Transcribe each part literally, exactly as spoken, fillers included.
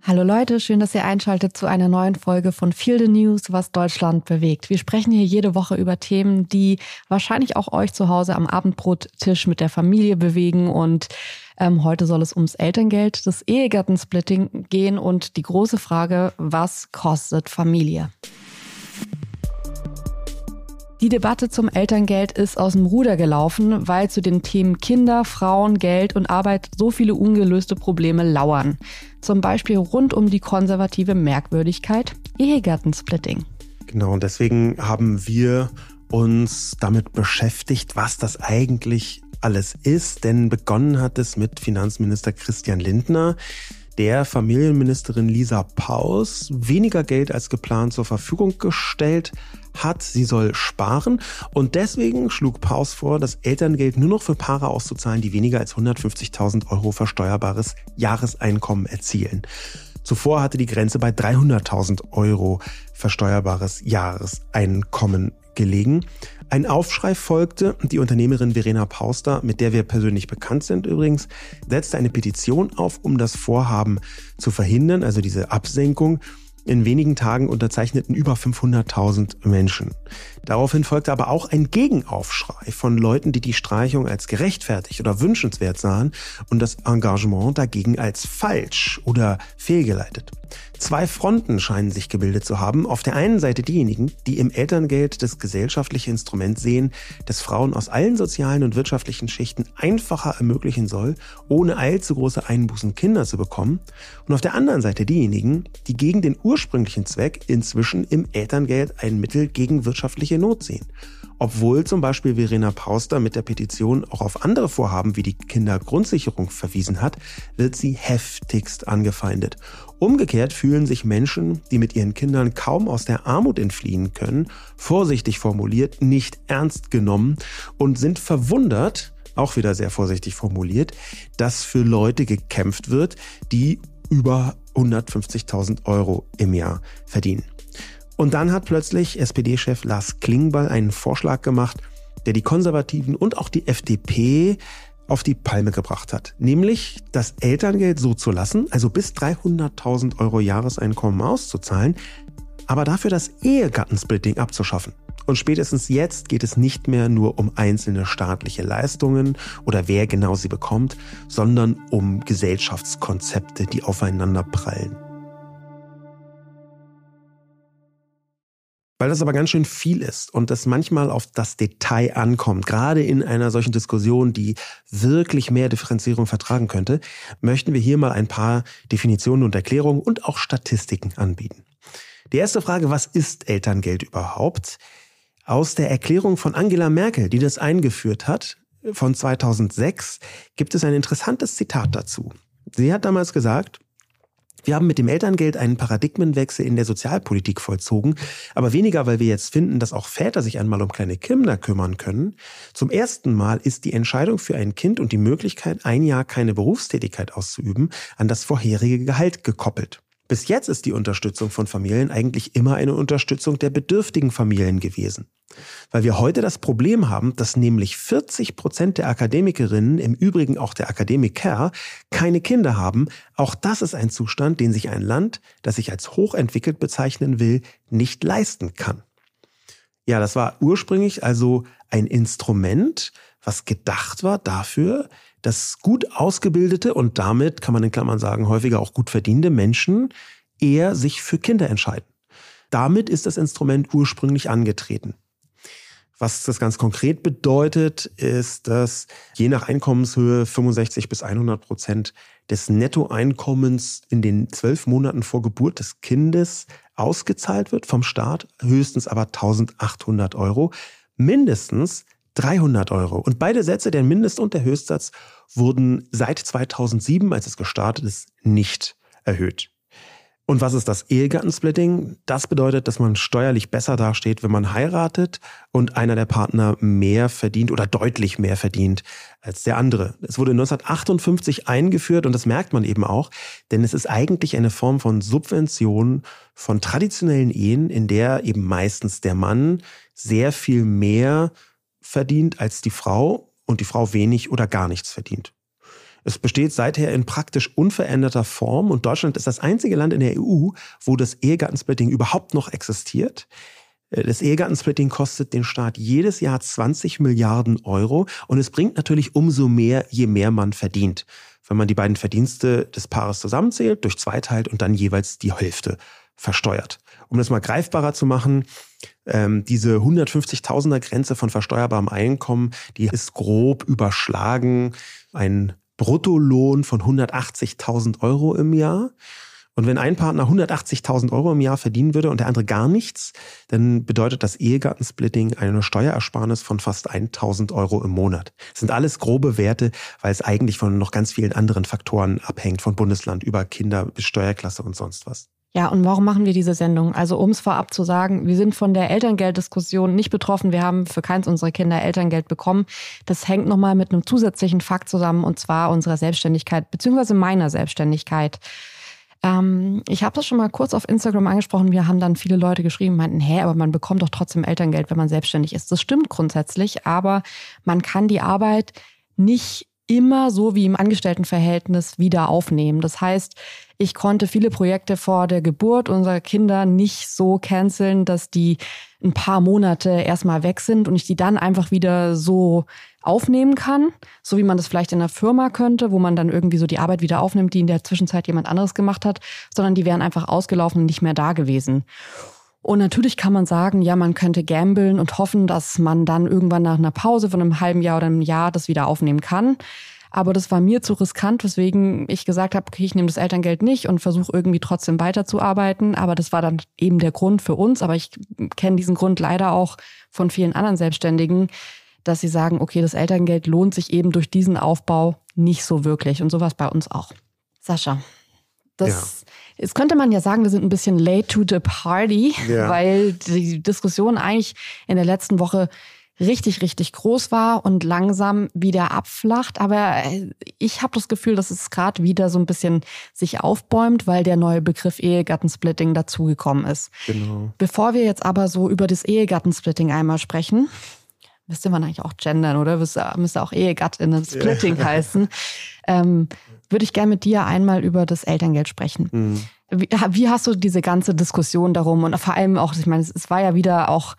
Hallo Leute, schön, dass ihr einschaltet zu einer neuen Folge von Feel the News, was Deutschland bewegt. Wir sprechen hier jede Woche über Themen, die wahrscheinlich auch euch zu Hause am Abendbrottisch mit der Familie bewegen. Und ähm, heute soll es ums Elterngeld, das Ehegattensplitting gehen und die große Frage, was kostet Familie? Die Debatte zum Elterngeld ist aus dem Ruder gelaufen, weil zu den Themen Kinder, Frauen, Geld und Arbeit so viele ungelöste Probleme lauern. Zum Beispiel rund um die konservative Merkwürdigkeit Ehegattensplitting. Genau, und deswegen haben wir uns damit beschäftigt, was das eigentlich alles ist. Denn begonnen hat es mit Finanzminister Christian Lindner, der Familienministerin Lisa Paus weniger Geld als geplant zur Verfügung gestellt hat. Sie soll sparen und deswegen schlug Paus vor, das Elterngeld nur noch für Paare auszuzahlen, die weniger als hundertfünfzigtausend Euro versteuerbares Jahreseinkommen erzielen. Zuvor hatte die Grenze bei dreihunderttausend Euro versteuerbares Jahreseinkommen gelegen. Ein Aufschrei folgte. Die Unternehmerin Verena Pauster, mit der wir persönlich bekannt sind übrigens, setzte eine Petition auf, um das Vorhaben zu verhindern, also diese Absenkung. In wenigen Tagen unterzeichneten über fünfhunderttausend Menschen. Daraufhin folgte aber auch ein Gegenaufschrei von Leuten, die die Streichung als gerechtfertigt oder wünschenswert sahen und das Engagement dagegen als falsch oder fehlgeleitet. Zwei Fronten scheinen sich gebildet zu haben. Auf der einen Seite diejenigen, die im Elterngeld das gesellschaftliche Instrument sehen, das Frauen aus allen sozialen und wirtschaftlichen Schichten einfacher ermöglichen soll, ohne allzu große Einbußen Kinder zu bekommen. Und auf der anderen Seite diejenigen, die gegen den ursprünglichen Zweck inzwischen im Elterngeld ein Mittel gegen wirtschaftliche Not sehen. Obwohl zum Beispiel Verena Pauster mit der Petition auch auf andere Vorhaben wie die Kindergrundsicherung verwiesen hat, wird sie heftigst angefeindet. Umgekehrt fühlen sich Menschen, die mit ihren Kindern kaum aus der Armut entfliehen können, vorsichtig formuliert, nicht ernst genommen und sind verwundert, auch wieder sehr vorsichtig formuliert, dass für Leute gekämpft wird, die über hundertfünfzigtausend Euro im Jahr verdienen. Und dann hat plötzlich S P D-Chef Lars Klingbeil einen Vorschlag gemacht, der die Konservativen und auch die F D P auf die Palme gebracht hat. Nämlich das Elterngeld so zu lassen, also bis dreihunderttausend Euro Jahreseinkommen auszuzahlen, aber dafür das Ehegattensplitting abzuschaffen. Und spätestens jetzt geht es nicht mehr nur um einzelne staatliche Leistungen oder wer genau sie bekommt, sondern um Gesellschaftskonzepte, die aufeinander prallen. Weil das aber ganz schön viel ist und das manchmal auf das Detail ankommt, gerade in einer solchen Diskussion, die wirklich mehr Differenzierung vertragen könnte, möchten wir hier mal ein paar Definitionen und Erklärungen und auch Statistiken anbieten. Die erste Frage, was ist Elterngeld überhaupt? Aus der Erklärung von Angela Merkel, die das eingeführt hat, von zweitausendsechs, gibt es ein interessantes Zitat dazu. Sie hat damals gesagt: Wir haben mit dem Elterngeld einen Paradigmenwechsel in der Sozialpolitik vollzogen, aber weniger, weil wir jetzt finden, dass auch Väter sich einmal um kleine Kinder kümmern können. Zum ersten Mal ist die Entscheidung für ein Kind und die Möglichkeit, ein Jahr keine Berufstätigkeit auszuüben, an das vorherige Gehalt gekoppelt. Bis jetzt ist die Unterstützung von Familien eigentlich immer eine Unterstützung der bedürftigen Familien gewesen. Weil wir heute das Problem haben, dass nämlich vierzig Prozent der Akademikerinnen, im Übrigen auch der Akademiker, keine Kinder haben. Auch das ist ein Zustand, den sich ein Land, das sich als hochentwickelt bezeichnen will, nicht leisten kann. Ja, das war ursprünglich also ein Instrument, was gedacht war dafür, dass gut ausgebildete und damit, kann man in Klammern sagen, häufiger auch gut verdienende Menschen eher sich für Kinder entscheiden. Damit ist das Instrument ursprünglich angetreten. Was das ganz konkret bedeutet, ist, dass je nach Einkommenshöhe fünfundsechzig bis hundert Prozent des Nettoeinkommens in den zwölf Monaten vor Geburt des Kindes ausgezahlt wird vom Staat, höchstens aber eintausendachthundert Euro, mindestens dreihundert Euro. Und beide Sätze, der Mindest- und der Höchstsatz, wurden seit zweitausendsieben, als es gestartet ist, nicht erhöht. Und was ist das Ehegattensplitting? Das bedeutet, dass man steuerlich besser dasteht, wenn man heiratet und einer der Partner mehr verdient oder deutlich mehr verdient als der andere. Es wurde neunzehnhundertachtundfünfzig eingeführt und das merkt man eben auch, denn es ist eigentlich eine Form von Subvention von traditionellen Ehen, in der eben meistens der Mann sehr viel mehr verdient als die Frau und die Frau wenig oder gar nichts verdient. Es besteht seither in praktisch unveränderter Form und Deutschland ist das einzige Land in der E U, wo das Ehegattensplitting überhaupt noch existiert. Das Ehegattensplitting kostet den Staat jedes Jahr zwanzig Milliarden Euro und es bringt natürlich umso mehr, je mehr man verdient. Wenn man die beiden Verdienste des Paares zusammenzählt, durch zwei teilt und dann jeweils die Hälfte versteuert. Um das mal greifbarer zu machen, ähm, diese hundertfünfzigtausender Grenze von versteuerbarem Einkommen, die ist grob überschlagen. Ein Bruttolohn von hundertachtzigtausend Euro im Jahr. Und wenn ein Partner hundertachtzigtausend Euro im Jahr verdienen würde und der andere gar nichts, dann bedeutet das Ehegattensplitting eine Steuerersparnis von fast tausend Euro im Monat. Das sind alles grobe Werte, weil es eigentlich von noch ganz vielen anderen Faktoren abhängt, von Bundesland über Kinder bis Steuerklasse und sonst was. Ja, und warum machen wir diese Sendung? Also um es vorab zu sagen, wir sind von der Elterngelddiskussion nicht betroffen. Wir haben für keins unserer Kinder Elterngeld bekommen. Das hängt nochmal mit einem zusätzlichen Fakt zusammen, und zwar unserer Selbstständigkeit, beziehungsweise meiner Selbstständigkeit. Ähm, ich habe das schon mal kurz auf Instagram angesprochen. Wir haben dann viele Leute geschrieben, meinten, hä, aber man bekommt doch trotzdem Elterngeld, wenn man selbstständig ist. Das stimmt grundsätzlich, aber man kann die Arbeit nicht immer so wie im Angestelltenverhältnis wieder aufnehmen. Das heißt, ich konnte viele Projekte vor der Geburt unserer Kinder nicht so canceln, dass die ein paar Monate erstmal weg sind und ich die dann einfach wieder so aufnehmen kann, so wie man das vielleicht in einer Firma könnte, wo man dann irgendwie so die Arbeit wieder aufnimmt, die in der Zwischenzeit jemand anderes gemacht hat, sondern die wären einfach ausgelaufen und nicht mehr da gewesen. Und natürlich kann man sagen, ja, man könnte gamblen und hoffen, dass man dann irgendwann nach einer Pause von einem halben Jahr oder einem Jahr das wieder aufnehmen kann. Aber das war mir zu riskant, weswegen ich gesagt habe, okay, ich nehme das Elterngeld nicht und versuche irgendwie trotzdem weiterzuarbeiten. Aber das war dann eben der Grund für uns. Aber ich kenne diesen Grund leider auch von vielen anderen Selbstständigen, dass sie sagen, okay, das Elterngeld lohnt sich eben durch diesen Aufbau nicht so wirklich. Und sowas bei uns auch. Sascha, das... Ja. Jetzt könnte man ja sagen, wir sind ein bisschen late to the party, ja, weil die Diskussion eigentlich in der letzten Woche richtig, richtig groß war und langsam wieder abflacht. Aber ich habe das Gefühl, dass es gerade wieder so ein bisschen sich aufbäumt, weil der neue Begriff Ehegattensplitting dazugekommen ist. Genau. Bevor wir jetzt aber so über das Ehegattensplitting einmal sprechen, müsste man eigentlich auch gendern, oder? Müsste, müsste auch Ehegattinnen-Splitting ja. heißen. Ähm, würde ich gerne mit dir einmal über das Elterngeld sprechen. Mhm. Wie, wie hast du diese ganze Diskussion darum und vor allem auch, ich meine, es, es war ja wieder auch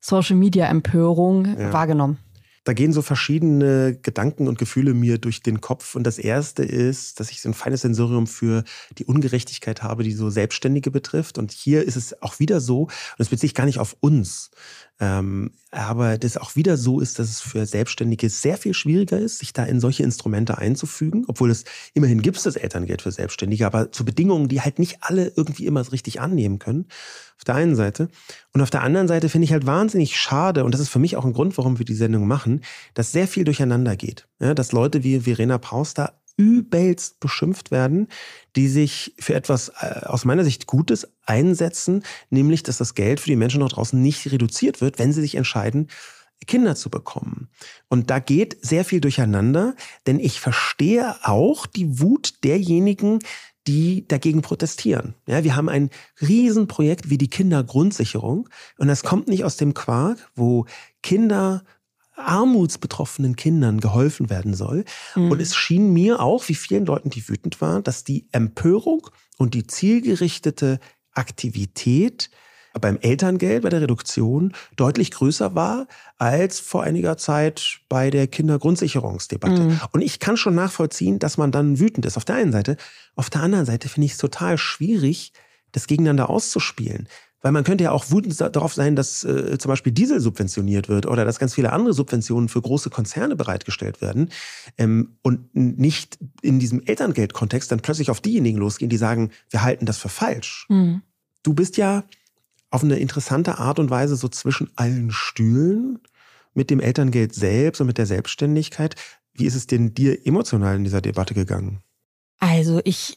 Social-Media-Empörung ja. wahrgenommen? Da gehen so verschiedene Gedanken und Gefühle mir durch den Kopf. Und das erste ist, dass ich so ein feines Sensorium für die Ungerechtigkeit habe, die so Selbstständige betrifft. Und hier ist es auch wieder so, und das beziehe ich gar nicht auf uns, ähm, aber das auch wieder so ist, dass es für Selbstständige sehr viel schwieriger ist, sich da in solche Instrumente einzufügen. Obwohl es immerhin gibt es das Elterngeld für Selbstständige, aber zu Bedingungen, die halt nicht alle irgendwie immer richtig annehmen können. Auf der einen Seite. Und auf der anderen Seite finde ich halt wahnsinnig schade, und das ist für mich auch ein Grund, warum wir die Sendung machen, dass sehr viel durcheinander geht. Ja, dass Leute wie Verena Paus da übelst beschimpft werden, die sich für etwas äh, aus meiner Sicht Gutes einsetzen, nämlich, dass das Geld für die Menschen dort draußen nicht reduziert wird, wenn sie sich entscheiden, Kinder zu bekommen. Und da geht sehr viel durcheinander, denn ich verstehe auch die Wut derjenigen, die dagegen protestieren. Ja, wir haben ein Riesenprojekt wie die Kindergrundsicherung und das kommt nicht aus dem Quark, wo Kinder, armutsbetroffenen Kindern geholfen werden soll. Mhm. Und es schien mir auch, wie vielen Leuten, die wütend waren, dass die Empörung und die zielgerichtete Aktivität beim Elterngeld, bei der Reduktion deutlich größer war als vor einiger Zeit bei der Kindergrundsicherungsdebatte. Mhm. Und ich kann schon nachvollziehen, dass man dann wütend ist. Auf der einen Seite. Auf der anderen Seite finde ich es total schwierig, das gegeneinander auszuspielen. Weil man könnte ja auch wütend darauf sein, dass äh, zum Beispiel Diesel subventioniert wird oder dass ganz viele andere Subventionen für große Konzerne bereitgestellt werden ähm, und nicht in diesem Elterngeldkontext dann plötzlich auf diejenigen losgehen, die sagen, wir halten das für falsch. Mhm. Du bist ja auf eine interessante Art und Weise so zwischen allen Stühlen mit dem Elterngeld selbst und mit der Selbstständigkeit. Wie ist es denn dir emotional in dieser Debatte gegangen? Also ich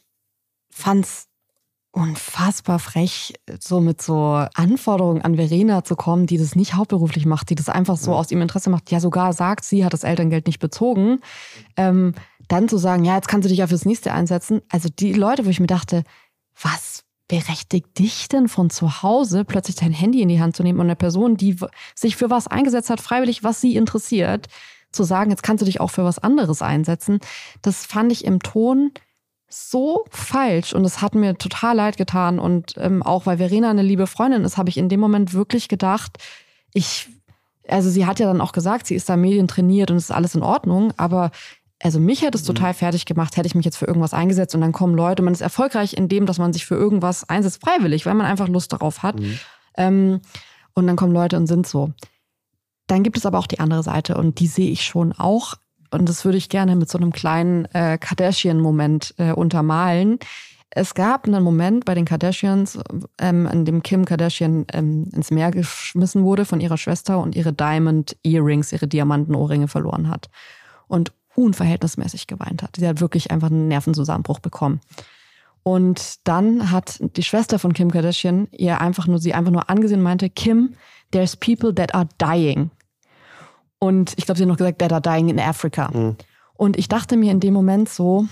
fand's unfassbar frech, so mit so Anforderungen an Verena zu kommen, die das nicht hauptberuflich macht, die das einfach so ja. aus ihrem Interesse macht. Ja, sogar sagt, sie hat das Elterngeld nicht bezogen. Ähm, dann zu sagen, ja, jetzt kannst du dich ja fürs nächste einsetzen. Also die Leute, wo ich mir dachte, was berechtigt dich denn von zu Hause, plötzlich dein Handy in die Hand zu nehmen und eine Person, die sich für was eingesetzt hat, freiwillig, was sie interessiert, zu sagen, jetzt kannst du dich auch für was anderes einsetzen, das fand ich im Ton so falsch und es hat mir total leid getan. Und ähm, auch weil Verena eine liebe Freundin ist, habe ich in dem Moment wirklich gedacht, ich, also sie hat ja dann auch gesagt, sie ist da medientrainiert und es ist alles in Ordnung, aber also mich hätte es total fertig gemacht, hätte ich mich jetzt für irgendwas eingesetzt und dann kommen Leute, man ist erfolgreich in dem, dass man sich für irgendwas einsetzt, freiwillig, weil man einfach Lust darauf hat. Mhm. Ähm, und dann kommen Leute und sind so. Dann gibt es aber auch die andere Seite und die sehe ich schon auch. Und das würde ich gerne mit so einem kleinen äh, Kardashian-Moment äh, untermalen. Es gab einen Moment bei den Kardashians, ähm, in dem Kim Kardashian ähm, ins Meer geschmissen wurde von ihrer Schwester und ihre Diamond Earrings, ihre Diamantenohrringe verloren hat. Und unverhältnismäßig geweint hat. Sie hat wirklich einfach einen Nervenzusammenbruch bekommen. Und dann hat die Schwester von Kim Kardashian ihr einfach nur, sie einfach nur angesehen und meinte, Kim, there's people that are dying. Und ich glaube, sie hat noch gesagt, that are dying in Africa. Mhm. Und ich dachte mir in dem Moment so,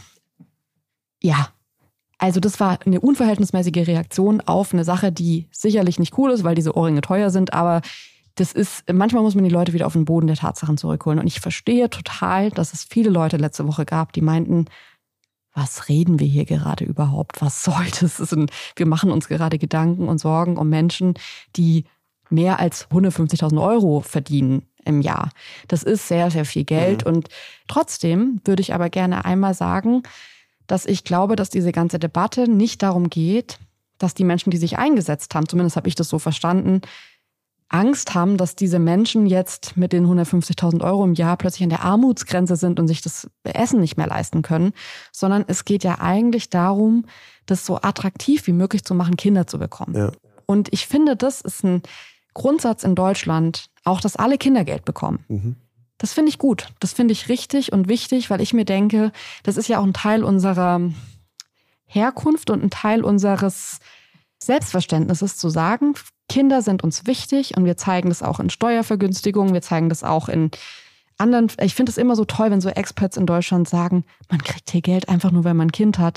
ja, also das war eine unverhältnismäßige Reaktion auf eine Sache, die sicherlich nicht cool ist, weil diese Ohrringe teuer sind, aber das ist, manchmal muss man die Leute wieder auf den Boden der Tatsachen zurückholen. Und ich verstehe total, dass es viele Leute letzte Woche gab, die meinten, was reden wir hier gerade überhaupt? Was soll das? Wir machen uns gerade Gedanken und Sorgen um Menschen, die mehr als hundertfünfzigtausend Euro verdienen im Jahr. Das ist sehr, sehr viel Geld. Mhm. Und trotzdem würde ich aber gerne einmal sagen, dass ich glaube, dass diese ganze Debatte nicht darum geht, dass die Menschen, die sich eingesetzt haben, zumindest habe ich das so verstanden, Angst haben, dass diese Menschen jetzt mit den hundertfünfzigtausend Euro im Jahr plötzlich an der Armutsgrenze sind und sich das Essen nicht mehr leisten können, sondern es geht ja eigentlich darum, das so attraktiv wie möglich zu machen, Kinder zu bekommen. Ja. Und ich finde, das ist ein Grundsatz in Deutschland, auch dass alle Kindergeld bekommen. Mhm. Das finde ich gut. Das finde ich richtig und wichtig, weil ich mir denke, das ist ja auch ein Teil unserer Herkunft und ein Teil unseres Selbstverständnisses zu sagen, Kinder sind uns wichtig und wir zeigen das auch in Steuervergünstigungen, wir zeigen das auch in anderen, ich finde es immer so toll, wenn so Experts in Deutschland sagen, man kriegt hier Geld einfach nur, wenn man ein Kind hat.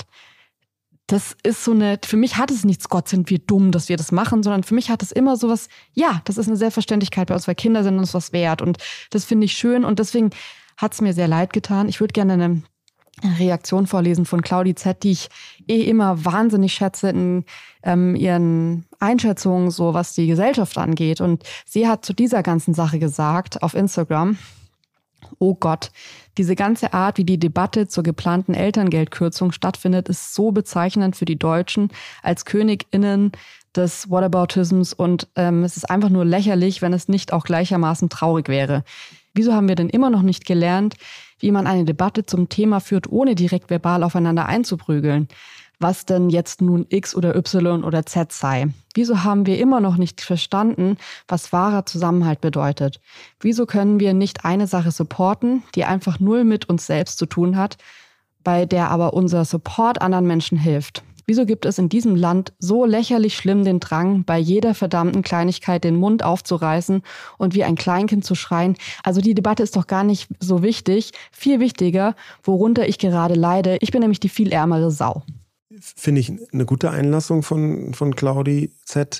Das ist so eine, für mich hat es nichts, Gott sind wir dumm, dass wir das machen, sondern für mich hat es immer sowas, ja, das ist eine Selbstverständlichkeit bei uns, weil Kinder sind uns was wert und das finde ich schön und deswegen hat es mir sehr leid getan. Ich würde gerne eine Reaktion vorlesen von Claudi Z., die ich eh immer wahnsinnig schätze in ähm, ihren Einschätzungen, so was die Gesellschaft angeht. Und sie hat zu dieser ganzen Sache gesagt auf Instagram, oh Gott, diese ganze Art, wie die Debatte zur geplanten Elterngeldkürzung stattfindet, ist so bezeichnend für die Deutschen als KönigInnen des Whataboutisms und ähm, es ist einfach nur lächerlich, wenn es nicht auch gleichermaßen traurig wäre. Wieso haben wir denn immer noch nicht gelernt, wie man eine Debatte zum Thema führt, ohne direkt verbal aufeinander einzuprügeln? Was denn jetzt nun X oder Y oder Z sei? Wieso haben wir immer noch nicht verstanden, was wahrer Zusammenhalt bedeutet? Wieso können wir nicht eine Sache supporten, die einfach null mit uns selbst zu tun hat, bei der aber unser Support anderen Menschen hilft? Wieso gibt es in diesem Land so lächerlich schlimm den Drang, bei jeder verdammten Kleinigkeit den Mund aufzureißen und wie ein Kleinkind zu schreien? Also die Debatte ist doch gar nicht so wichtig. Viel wichtiger, worunter ich gerade leide. Ich bin nämlich die viel ärmere Sau. Finde ich eine gute Einlassung von, von Claudi Z.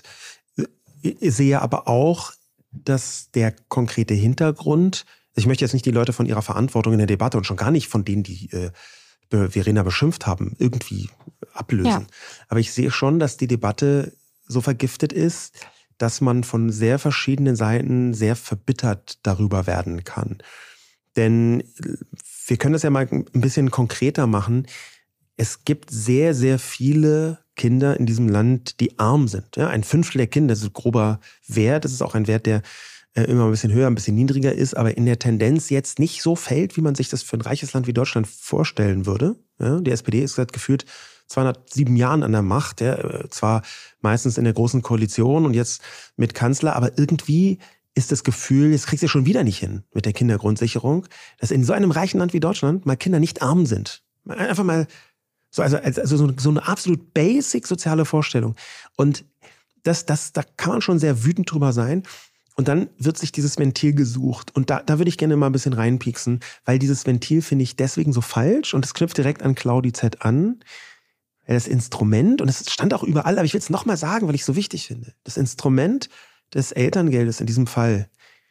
Ich sehe aber auch, dass der konkrete Hintergrund, ich möchte jetzt nicht die Leute von ihrer Verantwortung in der Debatte und schon gar nicht von denen, die äh, Verena beschimpft haben, irgendwie ablösen. Ja. Aber ich sehe schon, dass die Debatte so vergiftet ist, dass man von sehr verschiedenen Seiten sehr verbittert darüber werden kann. Denn wir können das ja mal ein bisschen konkreter machen. Es gibt sehr, sehr viele Kinder in diesem Land, die arm sind. Ja, ein Fünftel der Kinder, das ist ein grober Wert. Das ist auch ein Wert, der immer ein bisschen höher, ein bisschen niedriger ist, aber in der Tendenz jetzt nicht so fällt, wie man sich das für ein reiches Land wie Deutschland vorstellen würde. Ja, die S P D ist seit gefühlt zweihundertsieben Jahren an der Macht, ja, zwar meistens in der Großen Koalition und jetzt mit Kanzler, aber irgendwie ist das Gefühl, jetzt kriegst du schon wieder nicht hin mit der Kindergrundsicherung, dass in so einem reichen Land wie Deutschland mal Kinder nicht arm sind. Einfach mal so, also, also so, so eine absolut basic soziale Vorstellung. Und das, das, da kann man schon sehr wütend drüber sein. Und dann wird sich dieses Ventil gesucht. Und da, da würde ich gerne mal ein bisschen reinpieksen, weil dieses Ventil finde ich deswegen so falsch. Und es knüpft direkt an Claudi Z. an. Das Instrument, und es stand auch überall, aber ich will es nochmal sagen, weil ich es so wichtig finde. Das Instrument des Elterngeldes in diesem Fall,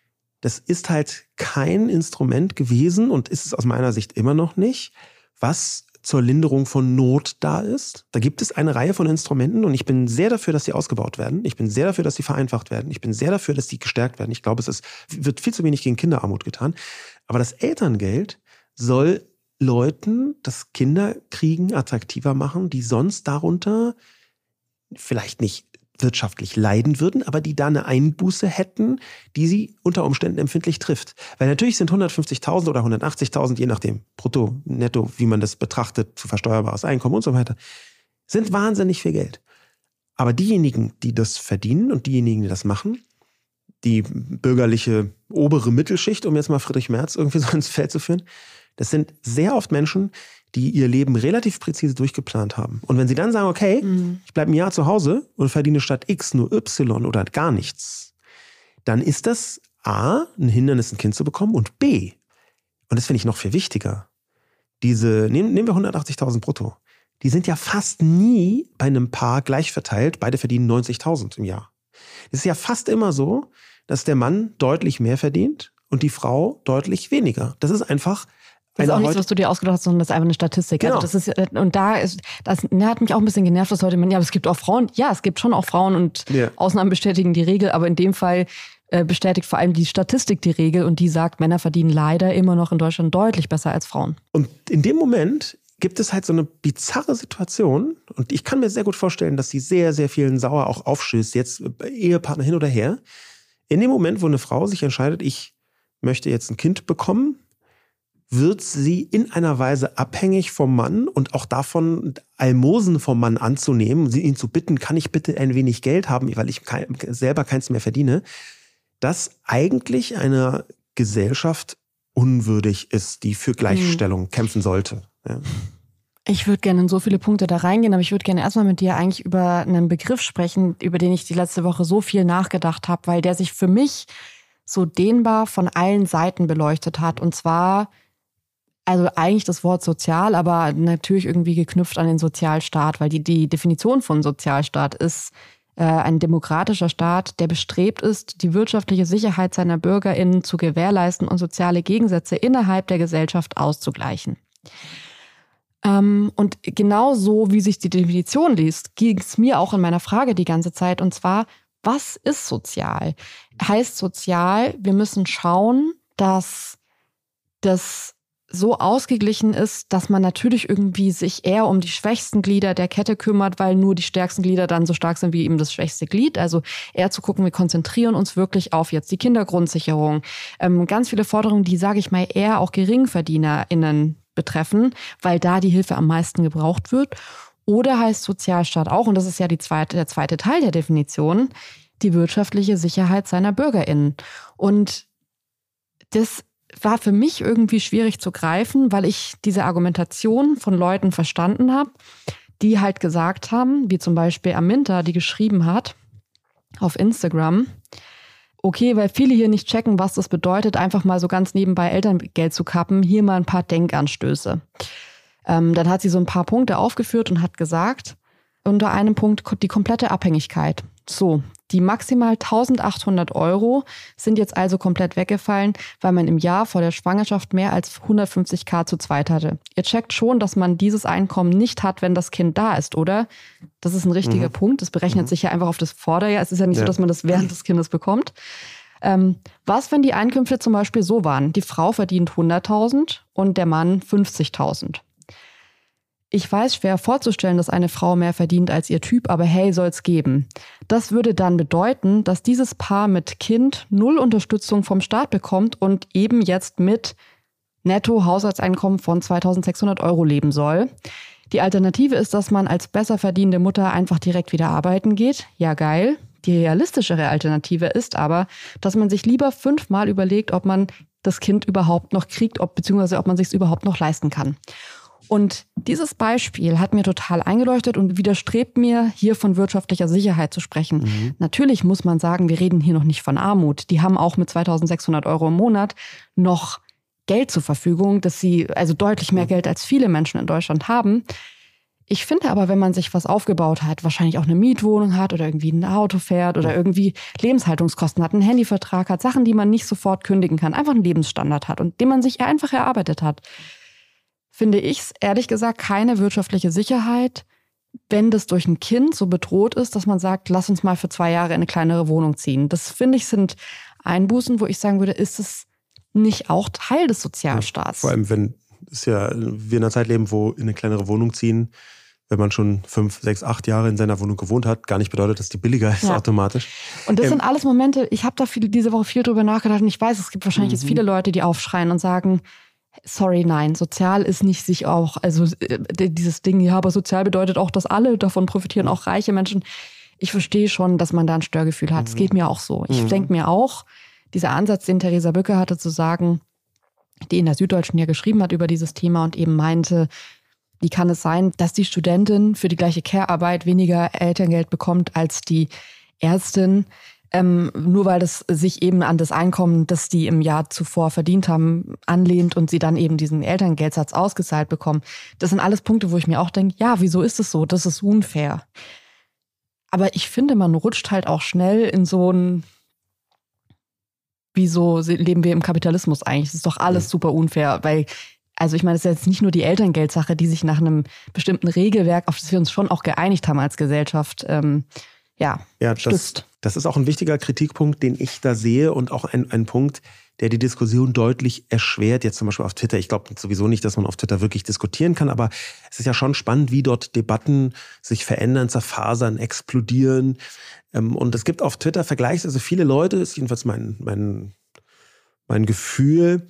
das ist halt kein Instrument gewesen und ist es aus meiner Sicht immer noch nicht, was zur Linderung von Not da ist. Da gibt es eine Reihe von Instrumenten und ich bin sehr dafür, dass sie ausgebaut werden. Ich bin sehr dafür, dass sie vereinfacht werden. Ich bin sehr dafür, dass sie gestärkt werden. Ich glaube, es ist, wird viel zu wenig gegen Kinderarmut getan. Aber das Elterngeld soll Leuten das Kinderkriegen attraktiver machen, die sonst darunter vielleicht nicht wirtschaftlich leiden würden, aber die da eine Einbuße hätten, die sie unter Umständen empfindlich trifft. Weil natürlich sind hundertfünfzigtausend oder hundertachtzigtausend, je nachdem, brutto, netto, wie man das betrachtet, zu versteuerbares Einkommen und so weiter, sind wahnsinnig viel Geld. Aber diejenigen, die das verdienen und diejenigen, die das machen, die bürgerliche obere Mittelschicht, um jetzt mal Friedrich Merz irgendwie so ins Feld zu führen, das sind sehr oft Menschen, die ihr Leben relativ präzise durchgeplant haben. Und wenn sie dann sagen, okay, mhm. ich bleibe ein Jahr zu Hause und verdiene statt X nur Y oder gar nichts, dann ist das A, ein Hindernis, ein Kind zu bekommen und B, und das finde ich noch viel wichtiger, diese, nehmen, nehmen wir hundertachtzigtausend brutto, die sind ja fast nie bei einem Paar gleich verteilt, beide verdienen neunzigtausend im Jahr. Es ist ja fast immer so, dass der Mann deutlich mehr verdient und die Frau deutlich weniger. Das ist einfach... Das ist auch nichts, was du dir ausgedacht hast, sondern das ist einfach eine Statistik. Genau. Also das ist, und da ist, das ne, hat mich auch ein bisschen genervt, dass heute man, ja, aber es gibt auch Frauen. Ja, es gibt schon auch Frauen und ja. Ausnahmen bestätigen die Regel, aber in dem Fall äh, bestätigt vor allem die Statistik die Regel und die sagt, Männer verdienen leider immer noch in Deutschland deutlich besser als Frauen. Und in dem Moment gibt es halt so eine bizarre Situation und ich kann mir sehr gut vorstellen, dass sie sehr, sehr vielen sauer auch aufstößt, jetzt Ehepartner hin oder her. In dem Moment, wo eine Frau sich entscheidet, ich möchte jetzt ein Kind bekommen, wird sie in einer Weise abhängig vom Mann und auch davon, Almosen vom Mann anzunehmen, ihn zu bitten, kann ich bitte ein wenig Geld haben, weil ich kein, selber keins mehr verdiene, das eigentlich einer Gesellschaft unwürdig ist, die für Gleichstellung mhm. kämpfen sollte. Ja. Ich würde gerne in so viele Punkte da reingehen, aber ich würde gerne erstmal mit dir eigentlich über einen Begriff sprechen, über den ich die letzte Woche so viel nachgedacht habe, weil der sich für mich so dehnbar von allen Seiten beleuchtet hat. Und zwar... Also eigentlich das Wort sozial, aber natürlich irgendwie geknüpft an den Sozialstaat, weil die, die Definition von Sozialstaat ist äh, ein demokratischer Staat, der bestrebt ist, die wirtschaftliche Sicherheit seiner BürgerInnen zu gewährleisten und soziale Gegensätze innerhalb der Gesellschaft auszugleichen. Ähm, und genau so, wie sich die Definition liest, ging es mir auch in meiner Frage die ganze Zeit. Und zwar, was ist sozial? Heißt sozial, wir müssen schauen, dass das so ausgeglichen ist, dass man natürlich irgendwie sich eher um die schwächsten Glieder der Kette kümmert, weil nur die stärksten Glieder dann so stark sind wie eben das schwächste Glied. Also eher zu gucken, wir konzentrieren uns wirklich auf jetzt die Kindergrundsicherung. Ähm, ganz viele Forderungen, die, sage ich mal, eher auch GeringverdienerInnen betreffen, weil da die Hilfe am meisten gebraucht wird. Oder heißt Sozialstaat auch, und das ist ja die zweite, der zweite Teil der Definition, die wirtschaftliche Sicherheit seiner BürgerInnen. Und das war für mich irgendwie schwierig zu greifen, weil ich diese Argumentation von Leuten verstanden habe, die halt gesagt haben, wie zum Beispiel Aminta, die geschrieben hat auf Instagram, okay, weil viele hier nicht checken, was das bedeutet, einfach mal so ganz nebenbei Elterngeld zu kappen, hier mal ein paar Denkanstöße. Ähm, dann hat sie so ein paar Punkte aufgeführt und hat gesagt, unter einem Punkt die komplette Abhängigkeit. So, die maximal eintausendachthundert Euro sind jetzt also komplett weggefallen, weil man im Jahr vor der Schwangerschaft mehr als hundertfünfzigtausend zu zweit hatte. Ihr checkt schon, dass man dieses Einkommen nicht hat, wenn das Kind da ist, oder? Das ist ein richtiger mhm. Punkt. Das berechnet mhm. sich ja einfach auf das Vorderjahr. Es ist ja nicht ja. so, dass man das während des Kindes bekommt. Ähm, was, wenn die Einkünfte zum Beispiel so waren? Die Frau verdient hunderttausend und der Mann fünfzigtausend. Ich weiß, schwer vorzustellen, dass eine Frau mehr verdient als ihr Typ, aber hey, soll's geben. Das würde dann bedeuten, dass dieses Paar mit Kind null Unterstützung vom Staat bekommt und eben jetzt mit Netto-Haushaltseinkommen von zweitausendsechshundert Euro leben soll. Die Alternative ist, dass man als besser verdienende Mutter einfach direkt wieder arbeiten geht. Ja, geil. Die realistischere Alternative ist aber, dass man sich lieber fünfmal überlegt, ob man das Kind überhaupt noch kriegt, ob, beziehungsweise ob man sich es überhaupt noch leisten kann. Und dieses Beispiel hat mir total eingeleuchtet und widerstrebt mir, hier von wirtschaftlicher Sicherheit zu sprechen. Mhm. Natürlich muss man sagen, wir reden hier noch nicht von Armut. Die haben auch mit zweitausendsechshundert Euro im Monat noch Geld zur Verfügung, dass sie, also deutlich mehr Geld als viele Menschen in Deutschland haben. Ich finde aber, wenn man sich was aufgebaut hat, wahrscheinlich auch eine Mietwohnung hat oder irgendwie ein Auto fährt oder irgendwie Lebenshaltungskosten hat, einen Handyvertrag hat, Sachen, die man nicht sofort kündigen kann, einfach einen Lebensstandard hat und den man sich einfach erarbeitet hat, finde ich es ehrlich gesagt keine wirtschaftliche Sicherheit, wenn das durch ein Kind so bedroht ist, dass man sagt, lass uns mal für zwei Jahre in eine kleinere Wohnung ziehen. Das finde ich sind Einbußen, wo ich sagen würde, ist es nicht auch Teil des Sozialstaats? Ja, vor allem, wenn es ja wir in einer Zeit leben, wo in eine kleinere Wohnung ziehen, wenn man schon fünf, sechs, acht Jahre in seiner Wohnung gewohnt hat, gar nicht bedeutet, dass die billiger ist ja. automatisch. Und das ähm, sind alles Momente, ich habe da viel, diese Woche viel drüber nachgedacht und ich weiß, es gibt wahrscheinlich mhm. jetzt viele Leute, die aufschreien und sagen, sorry, nein, sozial ist nicht sich auch, also äh, dieses Ding, ja, aber sozial bedeutet auch, dass alle davon profitieren, auch reiche Menschen. Ich verstehe schon, dass man da ein Störgefühl hat. Es mhm. geht mir auch so. Ich mhm. denke mir auch, dieser Ansatz, den Theresa Bücke hatte, zu sagen, die in der Süddeutschen ja geschrieben hat über dieses Thema und eben meinte, wie kann es sein, dass die Studentin für die gleiche Care-Arbeit weniger Elterngeld bekommt als die Ärztin, ähm, nur weil das sich eben an das Einkommen, das die im Jahr zuvor verdient haben, anlehnt und sie dann eben diesen Elterngeldsatz ausgezahlt bekommen. Das sind alles Punkte, wo ich mir auch denke, ja, wieso ist es so? Das ist unfair. Aber ich finde, man rutscht halt auch schnell in so ein, wieso leben wir im Kapitalismus eigentlich? Das ist doch alles super unfair, weil also ich meine, es ist jetzt nicht nur die Elterngeldsache, die sich nach einem bestimmten Regelwerk, auf das wir uns schon auch geeinigt haben als Gesellschaft, ähm, ja, ja das, stützt. Das ist auch ein wichtiger Kritikpunkt, den ich da sehe und auch ein, ein Punkt, der die Diskussion deutlich erschwert, jetzt zum Beispiel auf Twitter. Ich glaube sowieso nicht, dass man auf Twitter wirklich diskutieren kann, aber es ist ja schon spannend, wie dort Debatten sich verändern, zerfasern, explodieren. Und es gibt auf Twitter vergleichsweise viele Leute, ist jedenfalls mein, mein, mein Gefühl,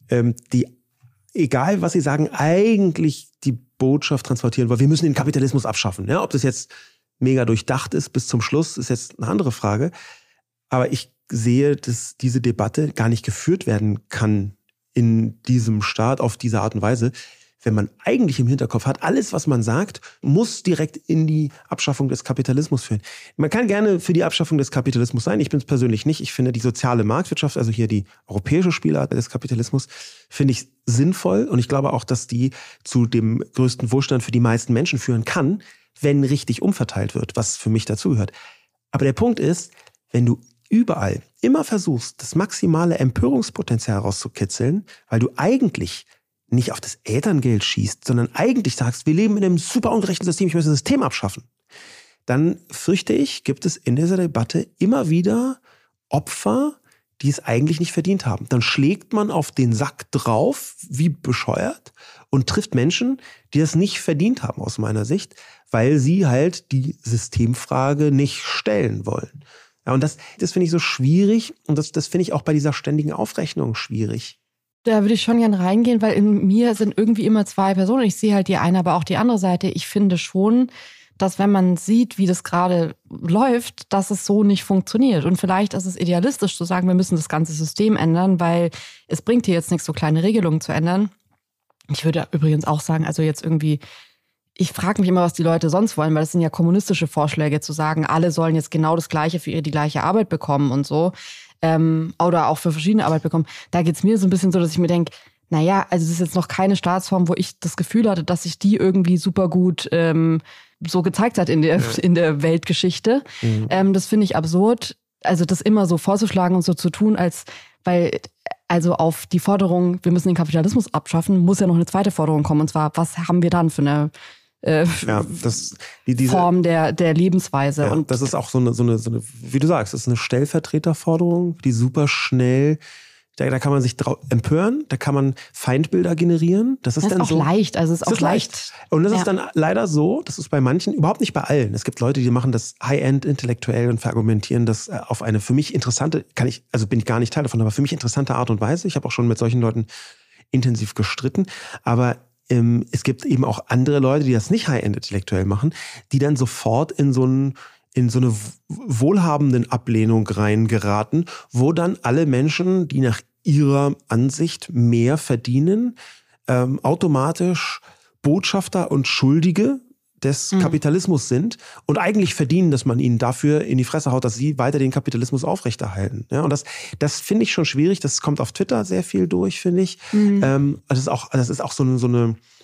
die egal was sie sagen, eigentlich die Botschaft transportieren, weil wir müssen den Kapitalismus abschaffen. Ja, ob das jetzt mega durchdacht ist bis zum Schluss, ist jetzt eine andere Frage. Aber ich sehe, dass diese Debatte gar nicht geführt werden kann in diesem Staat auf diese Art und Weise, wenn man eigentlich im Hinterkopf hat, alles, was man sagt, muss direkt in die Abschaffung des Kapitalismus führen. Man kann gerne für die Abschaffung des Kapitalismus sein. Ich bin es persönlich nicht. Ich finde die soziale Marktwirtschaft, also hier die europäische Spielart des Kapitalismus, finde ich sinnvoll. Und ich glaube auch, dass die zu dem größten Wohlstand für die meisten Menschen führen kann, wenn richtig umverteilt wird, was für mich dazugehört. Aber der Punkt ist, wenn du überall immer versuchst, das maximale Empörungspotenzial rauszukitzeln, weil du eigentlich nicht auf das Elterngeld schießt, sondern eigentlich sagst, wir leben in einem super ungerechten System, ich möchte das System abschaffen, dann fürchte ich, gibt es in dieser Debatte immer wieder Opfer, die es eigentlich nicht verdient haben. Dann schlägt man auf den Sack drauf, wie bescheuert, und trifft Menschen, die das nicht verdient haben aus meiner Sicht, weil sie halt die Systemfrage nicht stellen wollen. Ja, und das, das finde ich so schwierig und das, das finde ich auch bei dieser ständigen Aufrechnung schwierig. Da würde ich schon gern reingehen, weil in mir sind irgendwie immer zwei Personen. Ich sehe halt die eine, aber auch die andere Seite. Ich finde schon, dass wenn man sieht, wie das gerade läuft, dass es so nicht funktioniert. Und vielleicht ist es idealistisch zu sagen, wir müssen das ganze System ändern, weil es bringt hier jetzt nichts, so kleine Regelungen zu ändern. Ich würde übrigens auch sagen, also jetzt irgendwie, ich frage mich immer, was die Leute sonst wollen, weil das sind ja kommunistische Vorschläge, zu sagen, alle sollen jetzt genau das Gleiche für ihre die gleiche Arbeit bekommen und so. Ähm, oder auch für verschiedene Arbeit bekommen. Da geht's mir so ein bisschen so, dass ich mir denke, naja, also es ist jetzt noch keine Staatsform, wo ich das Gefühl hatte, dass sich die irgendwie super gut ähm, so gezeigt hat in der, ja. in der Weltgeschichte. Mhm. Ähm, das finde ich absurd. Also das immer so vorzuschlagen und so zu tun, als weil also auf die Forderung, wir müssen den Kapitalismus abschaffen, muss ja noch eine zweite Forderung kommen. Und zwar, was haben wir dann für eine Äh, ja, das, die, diese, Form der, der Lebensweise. Ja, und das ist auch so eine, so, eine, so eine, wie du sagst, das ist eine Stellvertreterforderung, die super schnell, da, da kann man sich drau- empören, da kann man Feindbilder generieren. Das ist, das ist dann auch so, leicht, also es ist auch ist leicht. leicht. Und das ja. ist dann leider so, das ist bei manchen, überhaupt nicht bei allen. Es gibt Leute, die machen das High-End intellektuell und verargumentieren das auf eine für mich interessante, kann ich, also bin ich gar nicht Teil davon, aber für mich interessante Art und Weise. Ich habe auch schon mit solchen Leuten intensiv gestritten, aber Ähm, es gibt eben auch andere Leute, die das nicht High-End-intellektuell machen, die dann sofort in so, ein, in so eine wohlhabenden Ablehnung reingeraten, wo dann alle Menschen, die nach ihrer Ansicht mehr verdienen, ähm, automatisch Botschafter und Schuldige des mhm. Kapitalismus sind und eigentlich verdienen, dass man ihnen dafür in die Fresse haut, dass sie weiter den Kapitalismus aufrechterhalten. Ja, und das, das finde ich schon schwierig. Das kommt auf Twitter sehr viel durch, finde ich. Mhm. Ähm, das ist auch, das ist auch so eine, so eine,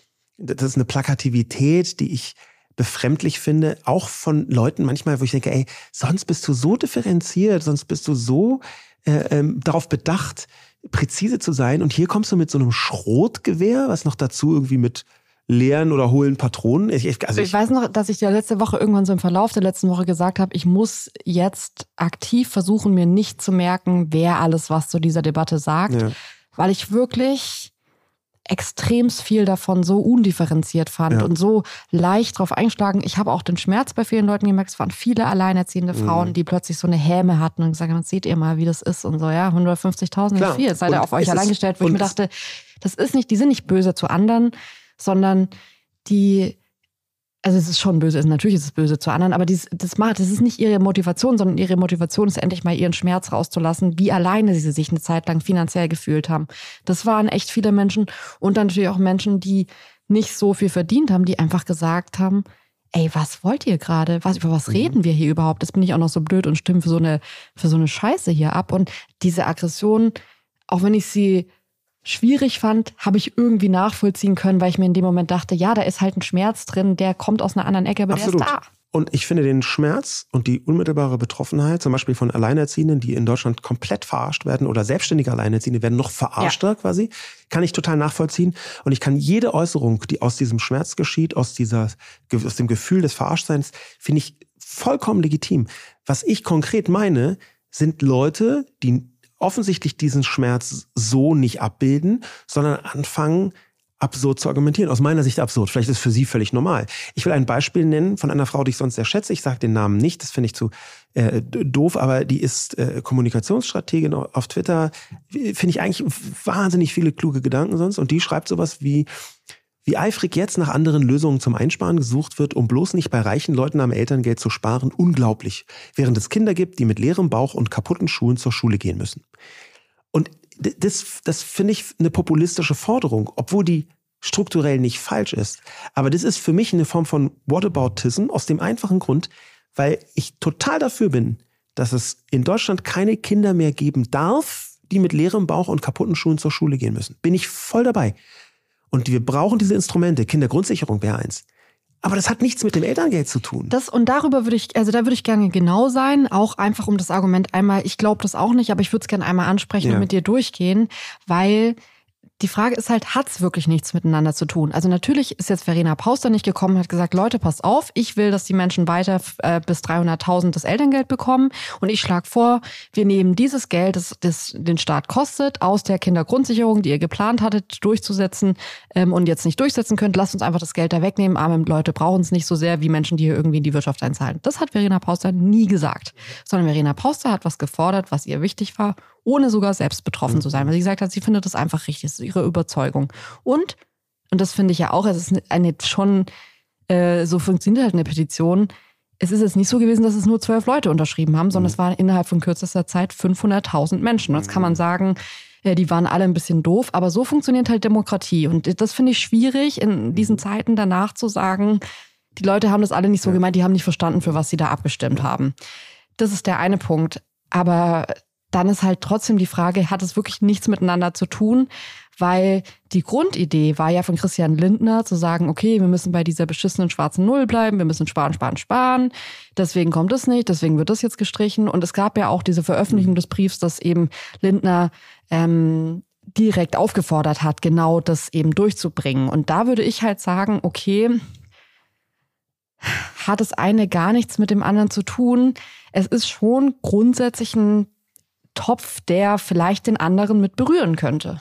das ist eine Plakativität, die ich befremdlich finde, auch von Leuten manchmal, wo ich denke, ey, sonst bist du so differenziert, sonst bist du so äh, ähm, darauf bedacht, präzise zu sein. Und hier kommst du mit so einem Schrotgewehr, was noch dazu irgendwie mit leeren oder hohlen Patronen. Ich, also ich, ich weiß noch, dass ich ja letzte Woche irgendwann so im Verlauf der letzten Woche gesagt habe, ich muss jetzt aktiv versuchen, mir nicht zu merken, wer alles was zu dieser Debatte sagt, ja. weil ich wirklich extrem viel davon so undifferenziert fand ja. und so leicht drauf einschlagen. Ich habe auch den Schmerz bei vielen Leuten gemerkt. Es waren viele alleinerziehende Frauen, mhm. die plötzlich so eine Häme hatten und gesagt haben, seht ihr mal, wie das ist und so. Ja, hundertfünfzigtausend ist viel. Seid ihr auf euch allein gestellt, wo ich mir dachte, das ist nicht, die sind nicht böse zu anderen, sondern die, also es ist schon böse, natürlich ist es böse zu anderen, aber dies, das macht, das ist nicht ihre Motivation, sondern ihre Motivation ist endlich mal ihren Schmerz rauszulassen, wie alleine sie sich eine Zeit lang finanziell gefühlt haben. Das waren echt viele Menschen und dann natürlich auch Menschen, die nicht so viel verdient haben, die einfach gesagt haben, ey, was wollt ihr gerade? Was, über was mhm. reden wir hier überhaupt? Das bin ich auch noch so blöd und stimme für so eine, für so eine Scheiße hier ab. Und diese Aggression, auch wenn ich sie schwierig fand, habe ich irgendwie nachvollziehen können, weil ich mir in dem Moment dachte, ja, da ist halt ein Schmerz drin, der kommt aus einer anderen Ecke, aber Absolut. Der ist da. Und ich finde den Schmerz und die unmittelbare Betroffenheit, zum Beispiel von Alleinerziehenden, die in Deutschland komplett verarscht werden oder selbstständige Alleinerziehende werden noch verarschter ja. quasi, kann ich total nachvollziehen. Und ich kann jede Äußerung, die aus diesem Schmerz geschieht, aus dieser, aus dem Gefühl des Verarschtseins, finde ich vollkommen legitim. Was ich konkret meine, sind Leute, die offensichtlich diesen Schmerz so nicht abbilden, sondern anfangen, absurd zu argumentieren. Aus meiner Sicht absurd. Vielleicht ist es für Sie völlig normal. Ich will ein Beispiel nennen von einer Frau, die ich sonst sehr schätze. Ich sage den Namen nicht, das finde ich zu äh, doof, aber die ist äh, Kommunikationsstrategin auf Twitter. Finde ich eigentlich wahnsinnig viele kluge Gedanken sonst. Und die schreibt sowas wie, wie eifrig jetzt nach anderen Lösungen zum Einsparen gesucht wird, um bloß nicht bei reichen Leuten am Elterngeld zu sparen. Unglaublich. Während es Kinder gibt, die mit leerem Bauch und kaputten Schuhen zur Schule gehen müssen. Und das, das finde ich eine populistische Forderung, obwohl die strukturell nicht falsch ist. Aber das ist für mich eine Form von Whataboutism aus dem einfachen Grund, weil ich total dafür bin, dass es in Deutschland keine Kinder mehr geben darf, die mit leerem Bauch und kaputten Schuhen zur Schule gehen müssen. Bin ich voll dabei. Und wir brauchen diese Instrumente. Kindergrundsicherung wäre eins. Aber das hat nichts mit dem Elterngeld zu tun. Das, und darüber würde ich, also da würde ich gerne genau sein, auch einfach um das Argument einmal, ich glaube das auch nicht, aber ich würde es gerne einmal ansprechen ja. und mit dir durchgehen, weil die Frage ist halt, hat's wirklich nichts miteinander zu tun? Also natürlich ist jetzt Verena Pauster nicht gekommen und hat gesagt, Leute, passt auf, ich will, dass die Menschen weiter äh, bis dreihunderttausend das Elterngeld bekommen und ich schlage vor, wir nehmen dieses Geld, das, das den Staat kostet, aus der Kindergrundsicherung, die ihr geplant hattet, durchzusetzen ähm, und jetzt nicht durchsetzen könnt, lasst uns einfach das Geld da wegnehmen, arme Leute brauchen es nicht so sehr wie Menschen, die hier irgendwie in die Wirtschaft einzahlen. Das hat Verena Pauster nie gesagt, sondern Verena Pauster hat was gefordert, was ihr wichtig war, ohne sogar selbst betroffen zu sein. Weil sie gesagt hat, sie findet das einfach richtig, das ist ihre Überzeugung. Und, und das finde ich ja auch, es ist eine schon, äh, so funktioniert halt eine Petition, es ist jetzt nicht so gewesen, dass es nur zwölf Leute unterschrieben haben, sondern mhm. es waren innerhalb von kürzester Zeit fünfhunderttausend Menschen. Und jetzt kann man sagen, äh, die waren alle ein bisschen doof, aber so funktioniert halt Demokratie. Und das finde ich schwierig, in diesen Zeiten danach zu sagen, die Leute haben das alle nicht so gemeint, die haben nicht verstanden, für was sie da abgestimmt haben. Das ist der eine Punkt. Aber dann ist halt trotzdem die Frage, hat es wirklich nichts miteinander zu tun? Weil die Grundidee war ja von Christian Lindner zu sagen, okay, wir müssen bei dieser beschissenen schwarzen Null bleiben, wir müssen sparen, sparen, sparen. Deswegen kommt es nicht, deswegen wird das jetzt gestrichen. Und es gab ja auch diese Veröffentlichung des Briefs, dass eben Lindner ähm, direkt aufgefordert hat, genau das eben durchzubringen. Und da würde ich halt sagen, okay, hat das eine gar nichts mit dem anderen zu tun? Es ist schon grundsätzlich ein Topf, der vielleicht den anderen mit berühren könnte.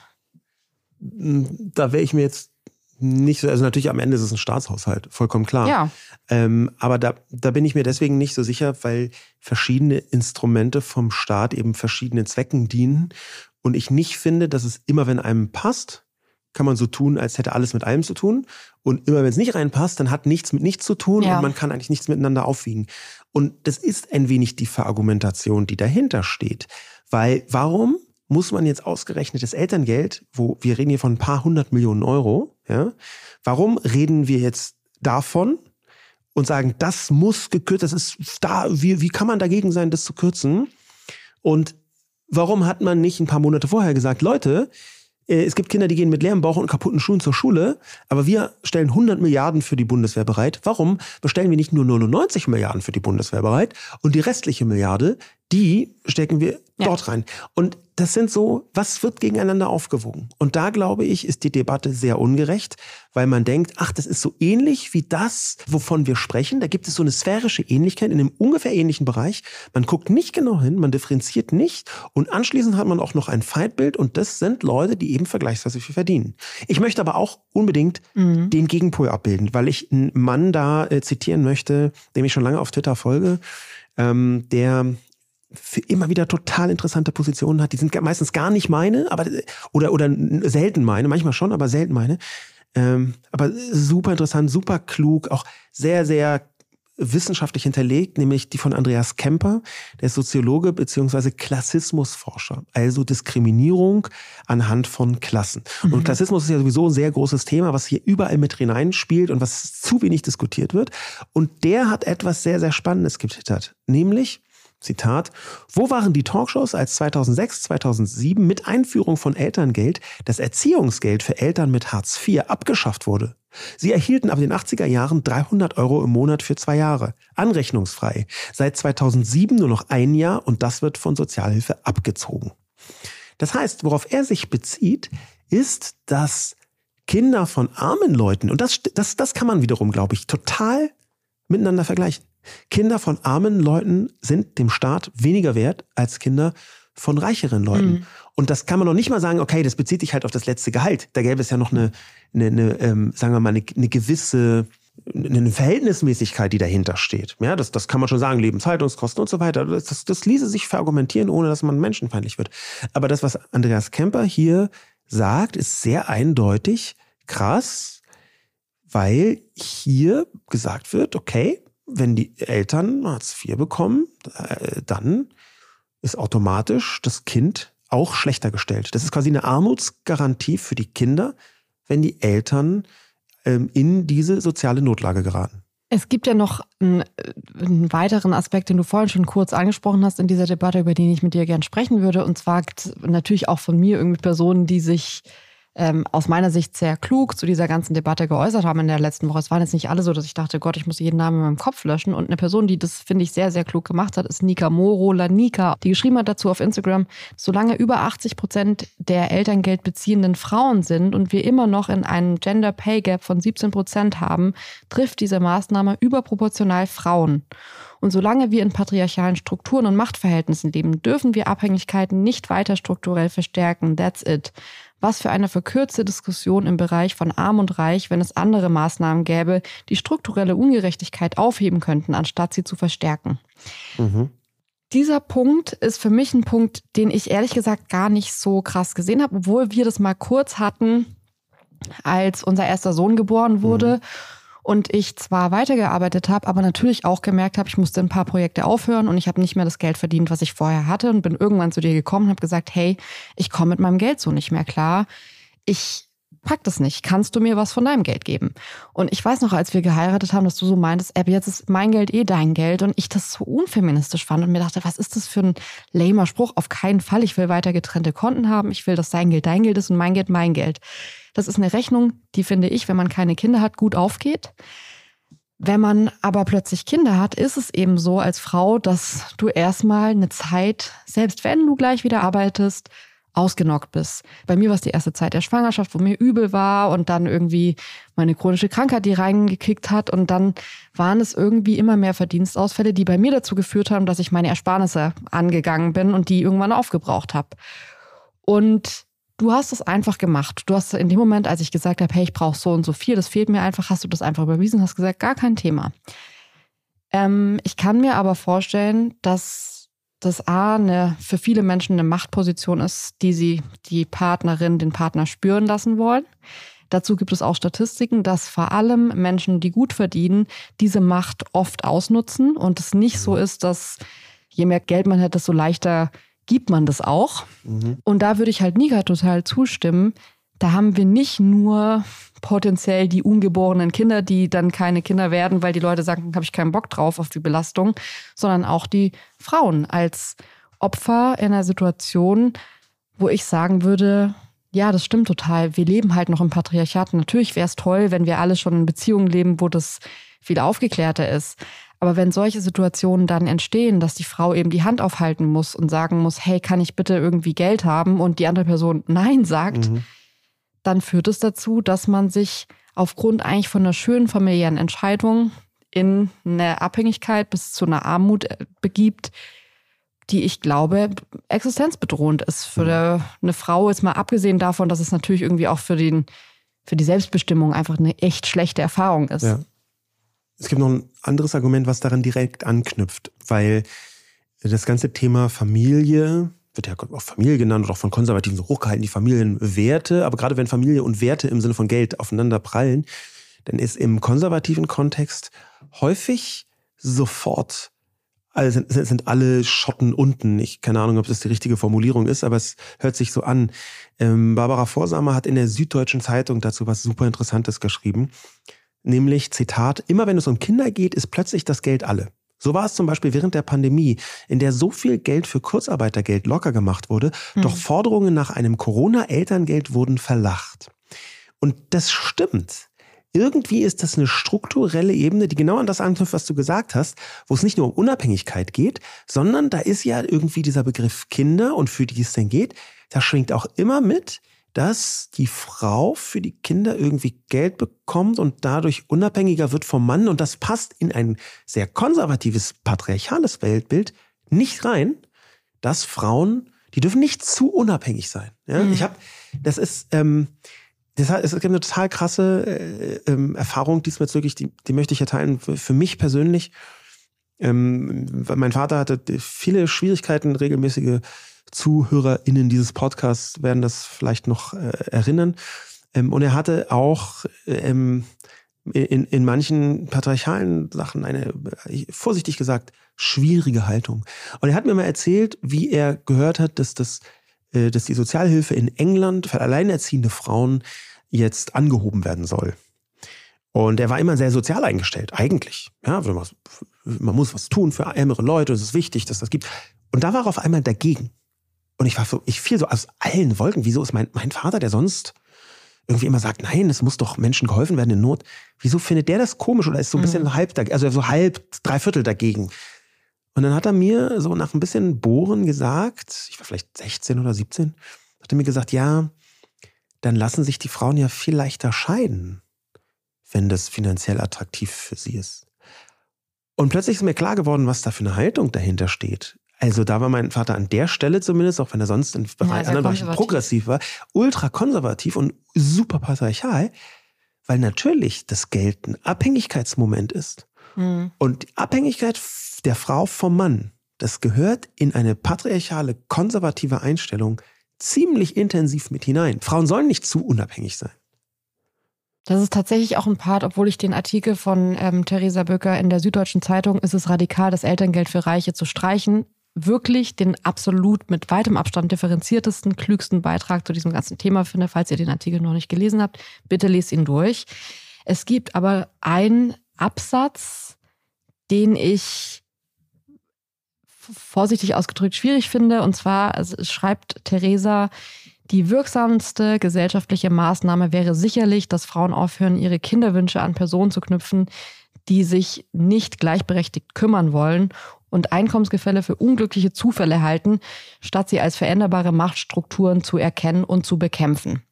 Da wäre ich mir jetzt nicht so, also natürlich am Ende ist es ein Staatshaushalt, vollkommen klar. Ja. Ähm, aber da, da bin ich mir deswegen nicht so sicher, weil verschiedene Instrumente vom Staat eben verschiedenen Zwecken dienen und ich nicht finde, dass es immer, wenn einem passt, kann man so tun, als hätte alles mit allem zu tun. Und immer wenn es nicht reinpasst, dann hat nichts mit nichts zu tun ja. und man kann eigentlich nichts miteinander aufwiegen. Und das ist ein wenig die Verargumentation, die dahinter steht. Weil warum muss man jetzt ausgerechnet das Elterngeld, wo wir reden hier von ein paar hundert Millionen Euro, ja, warum reden wir jetzt davon und sagen, das muss gekürzt, das ist da, wie, wie kann man dagegen sein, das zu kürzen? Und warum hat man nicht ein paar Monate vorher gesagt, Leute, Es gibt Kinder, die gehen mit leerem Bauch und kaputten Schuhen zur Schule, aber wir stellen hundert Milliarden für die Bundeswehr bereit. Warum bestellen wir nicht nur neunundneunzig Milliarden für die Bundeswehr bereit und die restliche Milliarde, die stecken wir ja. dort rein? Und das sind so, was wird gegeneinander aufgewogen? Und da, glaube ich, ist die Debatte sehr ungerecht, weil man denkt, ach, das ist so ähnlich wie das, wovon wir sprechen. Da gibt es so eine sphärische Ähnlichkeit in einem ungefähr ähnlichen Bereich. Man guckt nicht genau hin, man differenziert nicht und anschließend hat man auch noch ein Feindbild und das sind Leute, die eben vergleichsweise viel verdienen. Ich möchte aber auch unbedingt mhm. den Gegenpol abbilden, weil ich einen Mann da äh, zitieren möchte, dem ich schon lange auf Twitter folge, ähm, der für immer wieder total interessante Positionen hat. Die sind meistens gar nicht meine, aber oder oder selten meine, manchmal schon, aber selten meine. Ähm, aber super interessant, super klug, auch sehr, sehr wissenschaftlich hinterlegt, nämlich die von Andreas Kemper, der ist Soziologe bzw. Klassismusforscher, also Diskriminierung anhand von Klassen. Mhm. Und Klassismus ist ja sowieso ein sehr großes Thema, was hier überall mit hineinspielt und was zu wenig diskutiert wird. Und der hat etwas sehr, sehr Spannendes getwittert, nämlich Zitat, wo waren die Talkshows, als zweitausendsechs, zweitausendsieben mit Einführung von Elterngeld das Erziehungsgeld für Eltern mit Hartz vier abgeschafft wurde? Sie erhielten ab den achtziger Jahren dreihundert Euro im Monat für zwei Jahre, anrechnungsfrei. Seit zweitausendsieben nur noch ein Jahr und das wird von Sozialhilfe abgezogen. Das heißt, worauf er sich bezieht, ist, dass Kinder von armen Leuten, und das, das, das kann man wiederum, glaube ich, total miteinander vergleichen. Kinder von armen Leuten sind dem Staat weniger wert als Kinder von reicheren Leuten. Mhm. Und das kann man noch nicht mal sagen, okay, das bezieht sich halt auf das letzte Gehalt. Da gäbe es ja noch eine, eine, eine ähm, sagen wir mal, eine, eine gewisse eine Verhältnismäßigkeit, die dahinter steht. Ja, das, das kann man schon sagen, Lebenshaltungskosten und so weiter. Das, das, das ließe sich verargumentieren, ohne dass man menschenfeindlich wird. Aber das, was Andreas Kemper hier sagt, ist sehr eindeutig krass, weil hier gesagt wird, okay, wenn die Eltern Hartz vier bekommen, dann ist automatisch das Kind auch schlechter gestellt. Das ist quasi eine Armutsgarantie für die Kinder, wenn die Eltern ähm, in diese soziale Notlage geraten. Es gibt ja noch einen, einen weiteren Aspekt, den du vorhin schon kurz angesprochen hast in dieser Debatte, über den ich mit dir gern sprechen würde. Und zwar natürlich auch von mir irgendwie Personen, die sich Ähm, aus meiner Sicht sehr klug zu dieser ganzen Debatte geäußert haben in der letzten Woche. Es waren jetzt nicht alle so, dass ich dachte, Gott, ich muss jeden Namen in meinem Kopf löschen. Und eine Person, die das, finde ich, sehr, sehr klug gemacht hat, ist Nika Morola Nika, die geschrieben hat dazu auf Instagram, solange über achtzig Prozent der Elterngeld beziehenden Frauen sind und wir immer noch in einem Gender Pay Gap von siebzehn Prozent haben, trifft diese Maßnahme überproportional Frauen. Und solange wir in patriarchalen Strukturen und Machtverhältnissen leben, dürfen wir Abhängigkeiten nicht weiter strukturell verstärken. That's it. Was für eine verkürzte Diskussion im Bereich von Arm und Reich, wenn es andere Maßnahmen gäbe, die strukturelle Ungerechtigkeit aufheben könnten, anstatt sie zu verstärken. Mhm. Dieser Punkt ist für mich ein Punkt, den ich ehrlich gesagt gar nicht so krass gesehen habe, obwohl wir das mal kurz hatten, als unser erster Sohn geboren wurde. Mhm. Und ich zwar weitergearbeitet habe, aber natürlich auch gemerkt habe, ich musste ein paar Projekte aufhören und ich habe nicht mehr das Geld verdient, was ich vorher hatte und bin irgendwann zu dir gekommen und habe gesagt, hey, ich komme mit meinem Geld so nicht mehr klar. Ich pack das nicht. Kannst du mir was von deinem Geld geben? Und ich weiß noch, als wir geheiratet haben, dass du so meintest, Abby, jetzt ist mein Geld eh dein Geld und ich das so unfeministisch fand und mir dachte, was ist das für ein lamer Spruch? Auf keinen Fall. Ich will weiter getrennte Konten haben. Ich will, dass dein Geld dein Geld ist und mein Geld mein Geld. Das ist eine Rechnung, die, finde ich, wenn man keine Kinder hat, gut aufgeht. Wenn man aber plötzlich Kinder hat, ist es eben so als Frau, dass du erstmal eine Zeit, selbst wenn du gleich wieder arbeitest, ausgenockt bist. Bei mir war es die erste Zeit der Schwangerschaft, wo mir übel war und dann irgendwie meine chronische Krankheit, die reingekickt hat. Und dann waren es irgendwie immer mehr Verdienstausfälle, die bei mir dazu geführt haben, dass ich meine Ersparnisse angegangen bin und die irgendwann aufgebraucht habe. Und du hast es einfach gemacht. Du hast in dem Moment, als ich gesagt habe, hey, ich brauche so und so viel, das fehlt mir einfach, hast du das einfach überwiesen, hast gesagt, gar kein Thema. Ähm, ich kann mir aber vorstellen, dass das A, eine, für viele Menschen eine Machtposition ist, die sie die Partnerin, den Partner spüren lassen wollen. Dazu gibt es auch Statistiken, dass vor allem Menschen, die gut verdienen, diese Macht oft ausnutzen und es nicht so ist, dass je mehr Geld man hat, desto leichter gibt man das auch. Mhm. Und da würde ich halt Nika total zustimmen. Da haben wir nicht nur potenziell die ungeborenen Kinder, die dann keine Kinder werden, weil die Leute sagen, habe ich keinen Bock drauf auf die Belastung, sondern auch die Frauen als Opfer in einer Situation, wo ich sagen würde, Ja, das stimmt total. Wir leben halt noch im Patriarchat. Natürlich wäre es toll, wenn wir alle schon in Beziehungen leben, wo das viel aufgeklärter ist. Aber wenn solche Situationen dann entstehen, dass die Frau eben die Hand aufhalten muss und sagen muss, hey, kann ich bitte irgendwie Geld haben? Und die andere Person Nein sagt, mhm. dann führt es dazu, dass man sich aufgrund eigentlich von einer schönen familiären Entscheidung in eine Abhängigkeit bis zu einer Armut begibt, die ich glaube existenzbedrohend ist für mhm. eine Frau. Ist mal abgesehen davon, dass es natürlich irgendwie auch für, den, für die Selbstbestimmung einfach eine echt schlechte Erfahrung ist. Ja. Es gibt noch ein anderes Argument, was daran direkt anknüpft, weil das ganze Thema Familie, wird ja auch Familie genannt oder auch von Konservativen so hochgehalten, die Familienwerte, aber gerade wenn Familie und Werte im Sinne von Geld aufeinander prallen, dann ist im konservativen Kontext häufig sofort, also sind, sind alle Schotten unten. Ich keine Ahnung, ob das die richtige Formulierung ist, aber es hört sich so an. Ähm, Barbara Vorsamer hat in der Süddeutschen Zeitung dazu was super Interessantes geschrieben. Nämlich, Zitat, immer wenn es um Kinder geht, ist plötzlich das Geld alle. So war es zum Beispiel während der Pandemie, in der so viel Geld für Kurzarbeitergeld locker gemacht wurde, mhm. doch Forderungen nach einem Corona-Elterngeld wurden verlacht. Und das stimmt. Irgendwie ist das eine strukturelle Ebene, die genau an das anknüpft, was du gesagt hast, wo es nicht nur um Unabhängigkeit geht, sondern da ist ja irgendwie dieser Begriff Kinder und für die es denn geht, da schwingt auch immer mit, dass die Frau für die Kinder irgendwie Geld bekommt und dadurch unabhängiger wird vom Mann. Und das passt in ein sehr konservatives, patriarchales Weltbild nicht rein, dass Frauen, die dürfen nicht zu unabhängig sein. Ja? Mhm. Ich habe, das ist, ähm, das hat, es gibt eine total krasse äh, ähm, Erfahrung diesbezüglich, die, die möchte ich ja teilen für, für mich persönlich. Ähm, mein Vater hatte viele Schwierigkeiten, regelmäßige ZuhörerInnen dieses Podcasts werden das vielleicht noch äh, erinnern. Ähm, und er hatte auch ähm, in, in manchen patriarchalen Sachen eine, vorsichtig gesagt, schwierige Haltung. Und er hat mir mal erzählt, wie er gehört hat, dass, das, äh, dass die Sozialhilfe in England für alleinerziehende Frauen jetzt angehoben werden soll. Und er war immer sehr sozial eingestellt, eigentlich. Ja, man muss was tun für ärmere Leute, es ist wichtig, dass das gibt. Und da war er auf einmal dagegen. Und ich war so, ich fiel so aus allen Wolken. Wieso ist mein, mein Vater, der sonst irgendwie immer sagt, nein, es muss doch Menschen geholfen werden in Not. Wieso findet der das komisch oder ist so ein bisschen mhm. halb dagegen, also so halb, dreiviertel dagegen? Und dann hat er mir so nach ein bisschen Bohren gesagt, ich war vielleicht sechzehn oder siebzehn, hat er mir gesagt, ja, dann lassen sich die Frauen ja viel leichter scheiden, wenn das finanziell attraktiv für sie ist. Und plötzlich ist mir klar geworden, was da für eine Haltung dahinter steht. Also da war mein Vater an der Stelle zumindest, auch wenn er sonst in Bereich, ja, anderen Bereichen progressiv war, ultra konservativ und super patriarchal, weil natürlich das Geld ein Abhängigkeitsmoment ist. Mhm. Und die Abhängigkeit der Frau vom Mann, das gehört in eine patriarchale, konservative Einstellung ziemlich intensiv mit hinein. Frauen sollen nicht zu unabhängig sein. Das ist tatsächlich auch ein Part, obwohl ich den Artikel von ähm, Theresa Böcker in der Süddeutschen Zeitung, ist es radikal, das Elterngeld für Reiche zu streichen, wirklich den absolut mit weitem Abstand differenziertesten, klügsten Beitrag zu diesem ganzen Thema finde. Falls ihr den Artikel noch nicht gelesen habt, bitte lest ihn durch. Es gibt aber einen Absatz, den ich vorsichtig ausgedrückt schwierig finde. Und zwar also schreibt Theresa, die wirksamste gesellschaftliche Maßnahme wäre sicherlich, dass Frauen aufhören, ihre Kinderwünsche an Personen zu knüpfen, die sich nicht gleichberechtigt kümmern wollen und Einkommensgefälle für unglückliche Zufälle halten, statt sie als veränderbare Machtstrukturen zu erkennen und zu bekämpfen.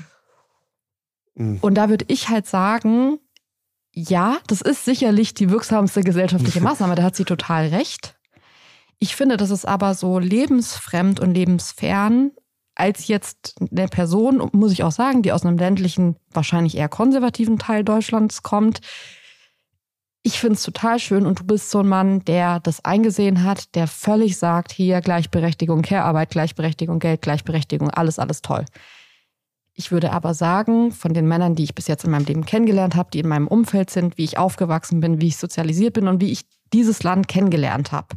Mhm. Und da würde ich halt sagen, ja, das ist sicherlich die wirksamste gesellschaftliche Maßnahme, da hat sie total recht. Ich finde, das ist aber so lebensfremd und lebensfern, als jetzt eine Person, muss ich auch sagen, die aus einem ländlichen, wahrscheinlich eher konservativen Teil Deutschlands kommt. Ich finde es total schön und du bist so ein Mann, der das eingesehen hat, der völlig sagt, hier Gleichberechtigung, Care-Arbeit, Gleichberechtigung, Geld, Gleichberechtigung, alles, alles toll. Ich würde aber sagen, von den Männern, die ich bis jetzt in meinem Leben kennengelernt habe, die in meinem Umfeld sind, wie ich aufgewachsen bin, wie ich sozialisiert bin und wie ich dieses Land kennengelernt habe,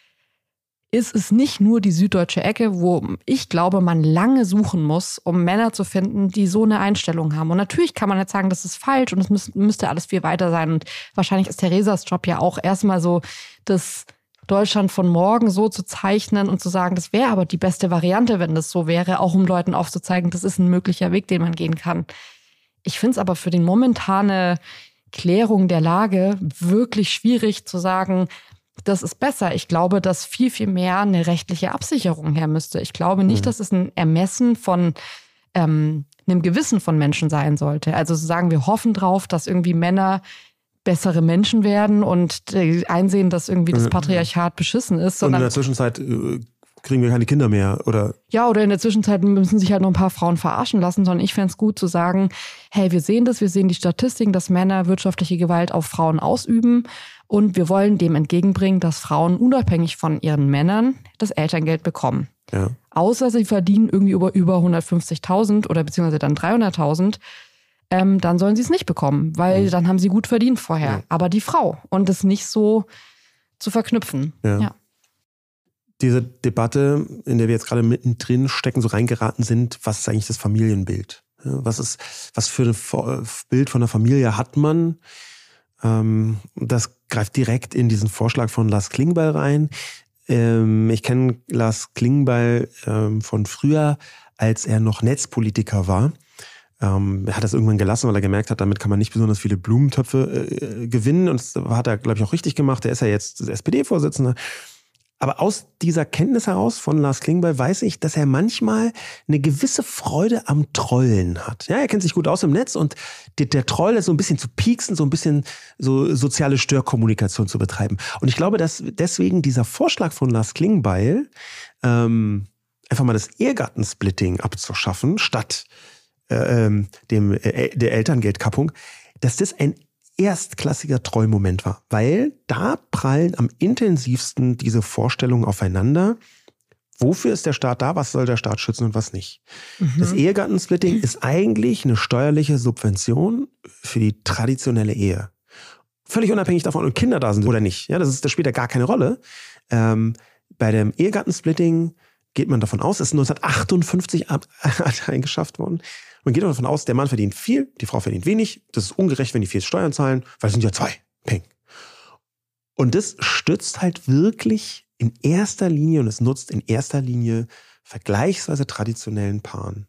ist es nicht nur die süddeutsche Ecke, wo ich glaube, man lange suchen muss, um Männer zu finden, die so eine Einstellung haben. Und natürlich kann man jetzt sagen, das ist falsch und es müß, müsste alles viel weiter sein. Und wahrscheinlich ist Theresas Job ja auch erstmal so, das Deutschland von morgen so zu zeichnen und zu sagen, das wäre aber die beste Variante, wenn das so wäre, auch um Leuten aufzuzeigen, das ist ein möglicher Weg, den man gehen kann. Ich finde es aber für die momentane Klärung der Lage wirklich schwierig zu sagen, das ist besser. Ich glaube, dass viel, viel mehr eine rechtliche Absicherung her müsste. Ich glaube nicht, mhm. dass es ein Ermessen von ähm, einem Gewissen von Menschen sein sollte. Also zu sagen, wir hoffen drauf, dass irgendwie Männer bessere Menschen werden und einsehen, dass irgendwie das Patriarchat beschissen ist. Sondern und in der Zwischenzeit äh, kriegen wir keine Kinder mehr, oder? Ja, oder in der Zwischenzeit müssen sich halt noch ein paar Frauen verarschen lassen, sondern ich fände es gut zu sagen, hey, wir sehen das, wir sehen die Statistiken, dass Männer wirtschaftliche Gewalt auf Frauen ausüben und wir wollen dem entgegenbringen, dass Frauen unabhängig von ihren Männern das Elterngeld bekommen. Ja. Außer sie verdienen irgendwie über, über hundertfünfzigtausend oder beziehungsweise dann dreihunderttausend, ähm, dann sollen sie es nicht bekommen, weil mhm. dann haben sie gut verdient vorher. Ja. Aber die Frau und das nicht so zu verknüpfen. Ja. ja. Diese Debatte, in der wir jetzt gerade mittendrin stecken, so reingeraten sind, was ist eigentlich das Familienbild? Was ist, was für ein Bild von der Familie hat man? Das greift direkt in diesen Vorschlag von Lars Klingbeil rein. Ich kenne Lars Klingbeil von früher, als er noch Netzpolitiker war. Er hat das irgendwann gelassen, weil er gemerkt hat, damit kann man nicht besonders viele Blumentöpfe gewinnen. Und das hat er, glaube ich, auch richtig gemacht. Er ist ja jetzt S P D-Vorsitzender. Aber aus dieser Kenntnis heraus von Lars Klingbeil weiß ich, dass er manchmal eine gewisse Freude am Trollen hat. Ja, er kennt sich gut aus im Netz und der, der Troll ist so ein bisschen zu pieksen, so ein bisschen so soziale Störkommunikation zu betreiben. Und ich glaube, dass deswegen dieser Vorschlag von Lars Klingbeil, ähm, einfach mal das Ehegattensplitting abzuschaffen, statt äh, dem, äh, der Elterngeldkappung, dass das ein erstklassiger Trollmoment war, weil da prallen am intensivsten diese Vorstellungen aufeinander. Wofür ist der Staat da? Was soll der Staat schützen und was nicht? Mhm. Das Ehegattensplitting ist eigentlich eine steuerliche Subvention für die traditionelle Ehe. Völlig unabhängig davon, ob Kinder da sind oder nicht. Ja, das ist, das spielt ja gar keine Rolle. Ähm, bei dem Ehegattensplitting geht man davon aus, es ist neunzehnhundertachtundfünfzig eingeschafft worden. Man geht davon aus, der Mann verdient viel, die Frau verdient wenig. Das ist ungerecht, wenn die viel Steuern zahlen, weil es sind ja zwei. Peng. Und das stützt halt wirklich in erster Linie und es nutzt in erster Linie vergleichsweise traditionellen Paaren.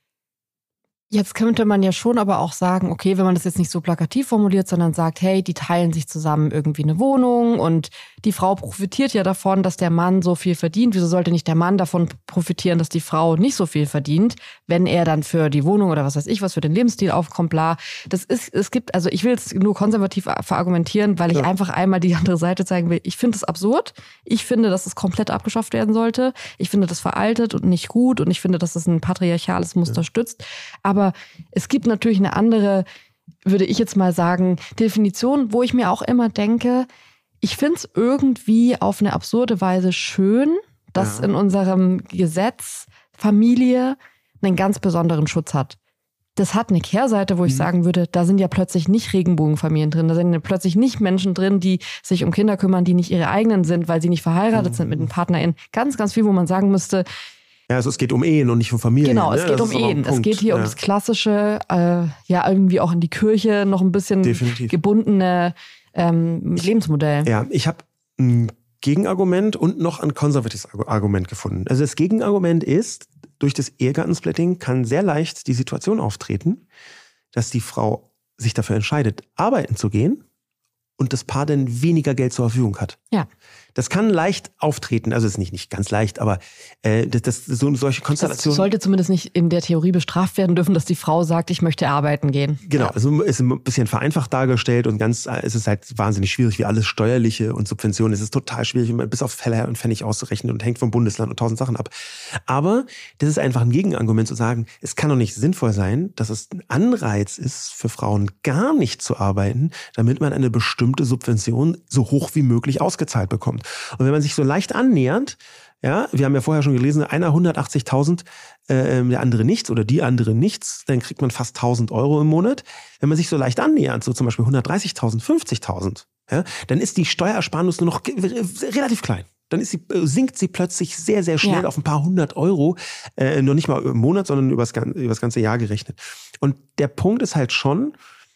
Jetzt könnte man ja schon aber auch sagen, okay, wenn man das jetzt nicht so plakativ formuliert, sondern sagt, hey, die teilen sich zusammen irgendwie eine Wohnung und die Frau profitiert ja davon, dass der Mann so viel verdient. Wieso sollte nicht der Mann davon profitieren, dass die Frau nicht so viel verdient, wenn er dann für die Wohnung oder was weiß ich, was für den Lebensstil aufkommt, bla. Das ist, es gibt, also ich will es nur konservativ verargumentieren, weil ich ja. einfach einmal die andere Seite zeigen will. Ich finde es absurd. Ich finde, dass es komplett abgeschafft werden sollte. Ich finde das veraltet und nicht gut und ich finde, dass es ein patriarchales Muster ja. stützt. Aber Aber es gibt natürlich eine andere, würde ich jetzt mal sagen, Definition, wo ich mir auch immer denke, ich finde es irgendwie auf eine absurde Weise schön, dass ja. in unserem Gesetz Familie einen ganz besonderen Schutz hat. Das hat eine Kehrseite, wo ich mhm. sagen würde, da sind ja plötzlich nicht Regenbogenfamilien drin, da sind ja plötzlich nicht Menschen drin, die sich um Kinder kümmern, die nicht ihre eigenen sind, weil sie nicht verheiratet mhm. sind mit den PartnerInnen. Ganz, ganz viel, wo man sagen müsste, ja, also es geht um Ehen und nicht um Familien. Genau, es ne? geht das um Ehen. Es geht hier ja. um das klassische, äh, ja irgendwie auch in die Kirche noch ein bisschen Definitiv. gebundene ähm, Lebensmodell. Ja, ich habe ein Gegenargument und noch ein konservatives Argument gefunden. Also das Gegenargument ist, durch das Ehegattensplitting kann sehr leicht die Situation auftreten, dass die Frau sich dafür entscheidet, arbeiten zu gehen und das Paar dann weniger Geld zur Verfügung hat. Ja. Das kann leicht auftreten, also es ist nicht, nicht ganz leicht, aber äh, das, das, so, solche Konstellationen... Das sollte zumindest nicht in der Theorie bestraft werden dürfen, dass die Frau sagt, ich möchte arbeiten gehen. Genau, ja. also ist ein bisschen vereinfacht dargestellt und ganz, es ist halt wahnsinnig schwierig, wie alles Steuerliche und Subventionen. Es ist total schwierig, bis auf Fälle und Pfennig auszurechnen und hängt vom Bundesland und tausend Sachen ab. Aber das ist einfach ein Gegenargument zu sagen, es kann doch nicht sinnvoll sein, dass es ein Anreiz ist, für Frauen gar nicht zu arbeiten, damit man eine bestimmte Subvention so hoch wie möglich ausgezahlt bekommt. Und wenn man sich so leicht annähert, ja, wir haben ja vorher schon gelesen, einer hundertachtzigtausend, äh, der andere nichts oder die andere nichts, dann kriegt man fast tausend Euro im Monat. Wenn man sich so leicht annähert, so zum Beispiel hundertdreißigtausend, fünfzigtausend, ja, dann ist die Steuerersparnis nur noch relativ klein. Dann ist sie, sinkt sie plötzlich sehr, sehr schnell ja. auf ein paar hundert Euro, äh, nur nicht mal im Monat, sondern übers, übers ganze Jahr gerechnet. Und der Punkt ist halt schon,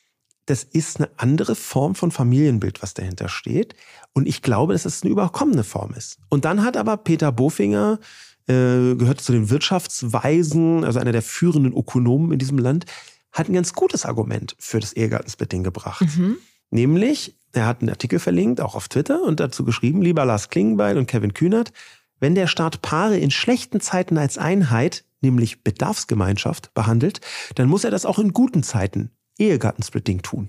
das ist eine andere Form von Familienbild, was dahinter steht. Und ich glaube, dass es eine überkommene Form ist. Und dann hat aber Peter Bofinger, äh, gehört zu den Wirtschaftsweisen, also einer der führenden Ökonomen in diesem Land, hat ein ganz gutes Argument für das Ehegattensplitting gebracht. Mhm. Nämlich, er hat einen Artikel verlinkt, auch auf Twitter, und dazu geschrieben, lieber Lars Klingbeil und Kevin Kühnert, wenn der Staat Paare in schlechten Zeiten als Einheit, nämlich Bedarfsgemeinschaft, behandelt, dann muss er das auch in guten Zeiten, Ehegattensplitting, tun.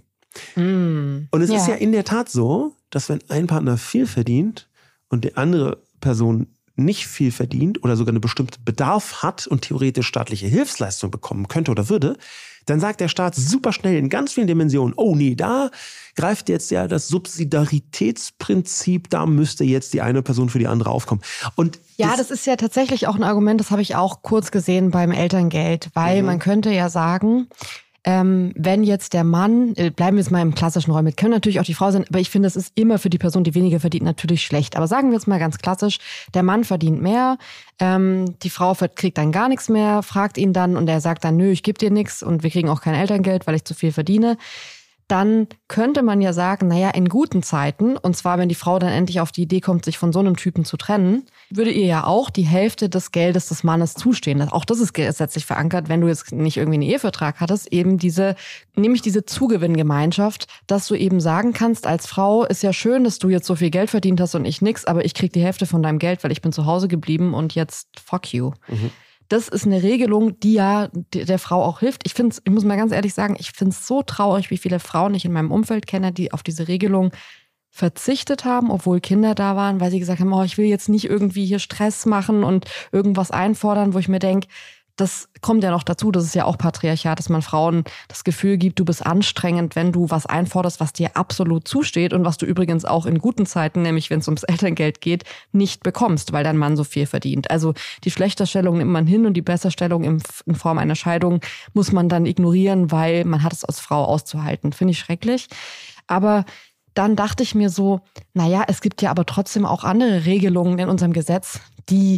Mm, und es ja. ist ja in der Tat so, dass wenn ein Partner viel verdient und die andere Person nicht viel verdient oder sogar einen bestimmten Bedarf hat und theoretisch staatliche Hilfsleistung bekommen könnte oder würde, dann sagt der Staat super schnell in ganz vielen Dimensionen, oh nee, da greift jetzt ja das Subsidiaritätsprinzip, da müsste jetzt die eine Person für die andere aufkommen. Und ja, das, das ist ja tatsächlich auch ein Argument, das habe ich auch kurz gesehen beim Elterngeld, weil mhm. man könnte ja sagen, Ähm, wenn jetzt der Mann, äh, bleiben wir jetzt mal im klassischen Raum, können natürlich auch die Frau sein, aber ich finde, es ist immer für die Person, die weniger verdient, natürlich schlecht. Aber sagen wir jetzt mal ganz klassisch, der Mann verdient mehr, ähm, die Frau kriegt dann gar nichts mehr, fragt ihn dann und er sagt dann, nö, ich gebe dir nichts und wir kriegen auch kein Elterngeld, weil ich zu viel verdiene. Dann könnte man ja sagen, naja, in guten Zeiten, und zwar wenn die Frau dann endlich auf die Idee kommt, sich von so einem Typen zu trennen, würde ihr ja auch die Hälfte des Geldes des Mannes zustehen. Auch das ist gesetzlich verankert, wenn du jetzt nicht irgendwie einen Ehevertrag hattest, eben diese, nämlich diese Zugewinngemeinschaft, dass du eben sagen kannst, als Frau ist ja schön, dass du jetzt so viel Geld verdient hast und ich nix, aber ich krieg die Hälfte von deinem Geld, weil ich bin zu Hause geblieben und jetzt fuck you. Mhm. Das ist eine Regelung, die ja der Frau auch hilft. Ich finde, ich muss mal ganz ehrlich sagen, ich finde es so traurig, wie viele Frauen ich in meinem Umfeld kenne, die auf diese Regelung verzichtet haben, obwohl Kinder da waren, weil sie gesagt haben, oh, ich will jetzt nicht irgendwie hier Stress machen und irgendwas einfordern, wo ich mir denke, das kommt ja noch dazu, das ist ja auch Patriarchat, dass man Frauen das Gefühl gibt, du bist anstrengend, wenn du was einforderst, was dir absolut zusteht und was du übrigens auch in guten Zeiten, nämlich wenn es ums Elterngeld geht, nicht bekommst, weil dein Mann so viel verdient. Also die Schlechterstellung nimmt man hin und die Besserstellung in Form einer Scheidung muss man dann ignorieren, weil man hat es als Frau auszuhalten. Finde ich schrecklich. Aber dann dachte ich mir so, naja, es gibt ja aber trotzdem auch andere Regelungen in unserem Gesetz, die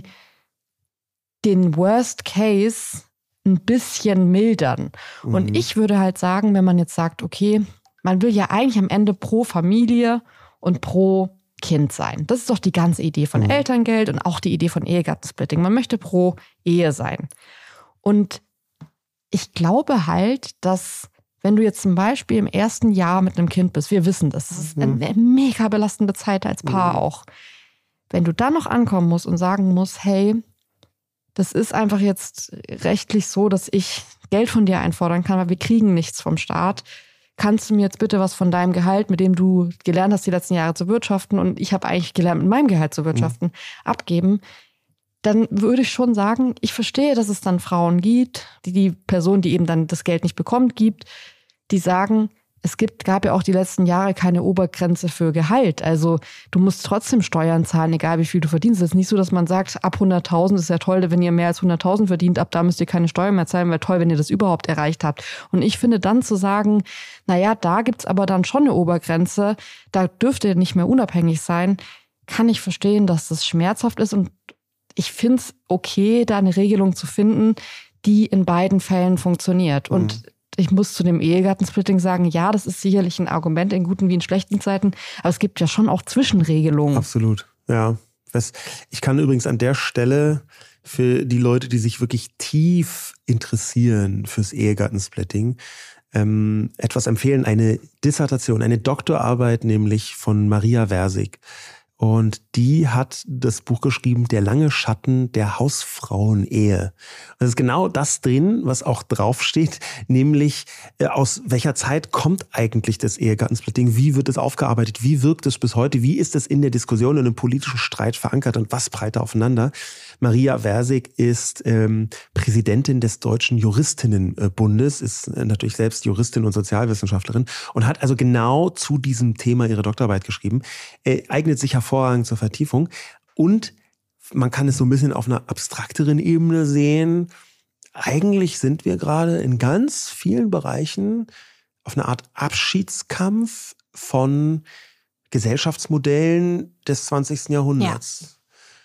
den Worst Case ein bisschen mildern. Mhm. Und ich würde halt sagen, wenn man jetzt sagt, okay, man will ja eigentlich am Ende pro Familie und pro Kind sein. Das ist doch die ganze Idee von mhm. Elterngeld und auch die Idee von Ehegattensplitting. Man möchte pro Ehe sein. Und ich glaube halt, dass wenn du jetzt zum Beispiel im ersten Jahr mit einem Kind bist, wir wissen das, das ist eine mega belastende Zeit als Paar mhm. auch. Wenn du dann noch ankommen musst und sagen musst, hey, das ist einfach jetzt rechtlich so, dass ich Geld von dir einfordern kann, weil wir kriegen nichts vom Staat. Kannst du mir jetzt bitte was von deinem Gehalt, mit dem du gelernt hast, die letzten Jahre zu wirtschaften und ich habe eigentlich gelernt, mit meinem Gehalt zu wirtschaften, mhm. abgeben? Dann würde ich schon sagen, ich verstehe, dass es dann Frauen gibt, die die Person, die eben dann das Geld nicht bekommt, gibt, die sagen, es gibt, gab ja auch die letzten Jahre keine Obergrenze für Gehalt. Also du musst trotzdem Steuern zahlen, egal wie viel du verdienst. Es ist nicht so, dass man sagt, ab hunderttausend ist ja toll, wenn ihr mehr als hunderttausend verdient, ab da müsst ihr keine Steuern mehr zahlen, weil toll, wenn ihr das überhaupt erreicht habt. Und ich finde dann zu sagen, naja, da gibt's aber dann schon eine Obergrenze, da dürft ihr nicht mehr unabhängig sein, kann ich verstehen, dass das schmerzhaft ist. Und ich finde es okay, da eine Regelung zu finden, die in beiden Fällen funktioniert. Und mhm. ich muss zu dem Ehegattensplitting sagen, ja, das ist sicherlich ein Argument in guten wie in schlechten Zeiten, aber es gibt ja schon auch Zwischenregelungen. Absolut, ja. Ich kann übrigens an der Stelle für die Leute, die sich wirklich tief interessieren fürs Ehegattensplitting, ähm, etwas empfehlen. Eine Dissertation, eine Doktorarbeit nämlich von Maria Versig. Und die hat das Buch geschrieben, Der lange Schatten der Hausfrauenehe. Und es ist genau das drin, was auch draufsteht, nämlich äh, aus welcher Zeit kommt eigentlich das Ehegattensplitting, wie wird es aufgearbeitet, wie wirkt es bis heute, wie ist es in der Diskussion und im politischen Streit verankert und was prallt da aufeinander. Maria Versig ist ähm, Präsidentin des Deutschen Juristinnenbundes, ist äh, natürlich selbst Juristin und Sozialwissenschaftlerin und hat also genau zu diesem Thema ihre Doktorarbeit geschrieben, äh, eignet sich hervorragend zur Vertiefung und man kann es so ein bisschen auf einer abstrakteren Ebene sehen. Eigentlich sind wir gerade in ganz vielen Bereichen auf eine Art Abschiedskampf von Gesellschaftsmodellen des zwanzigsten Jahrhunderts. Ja.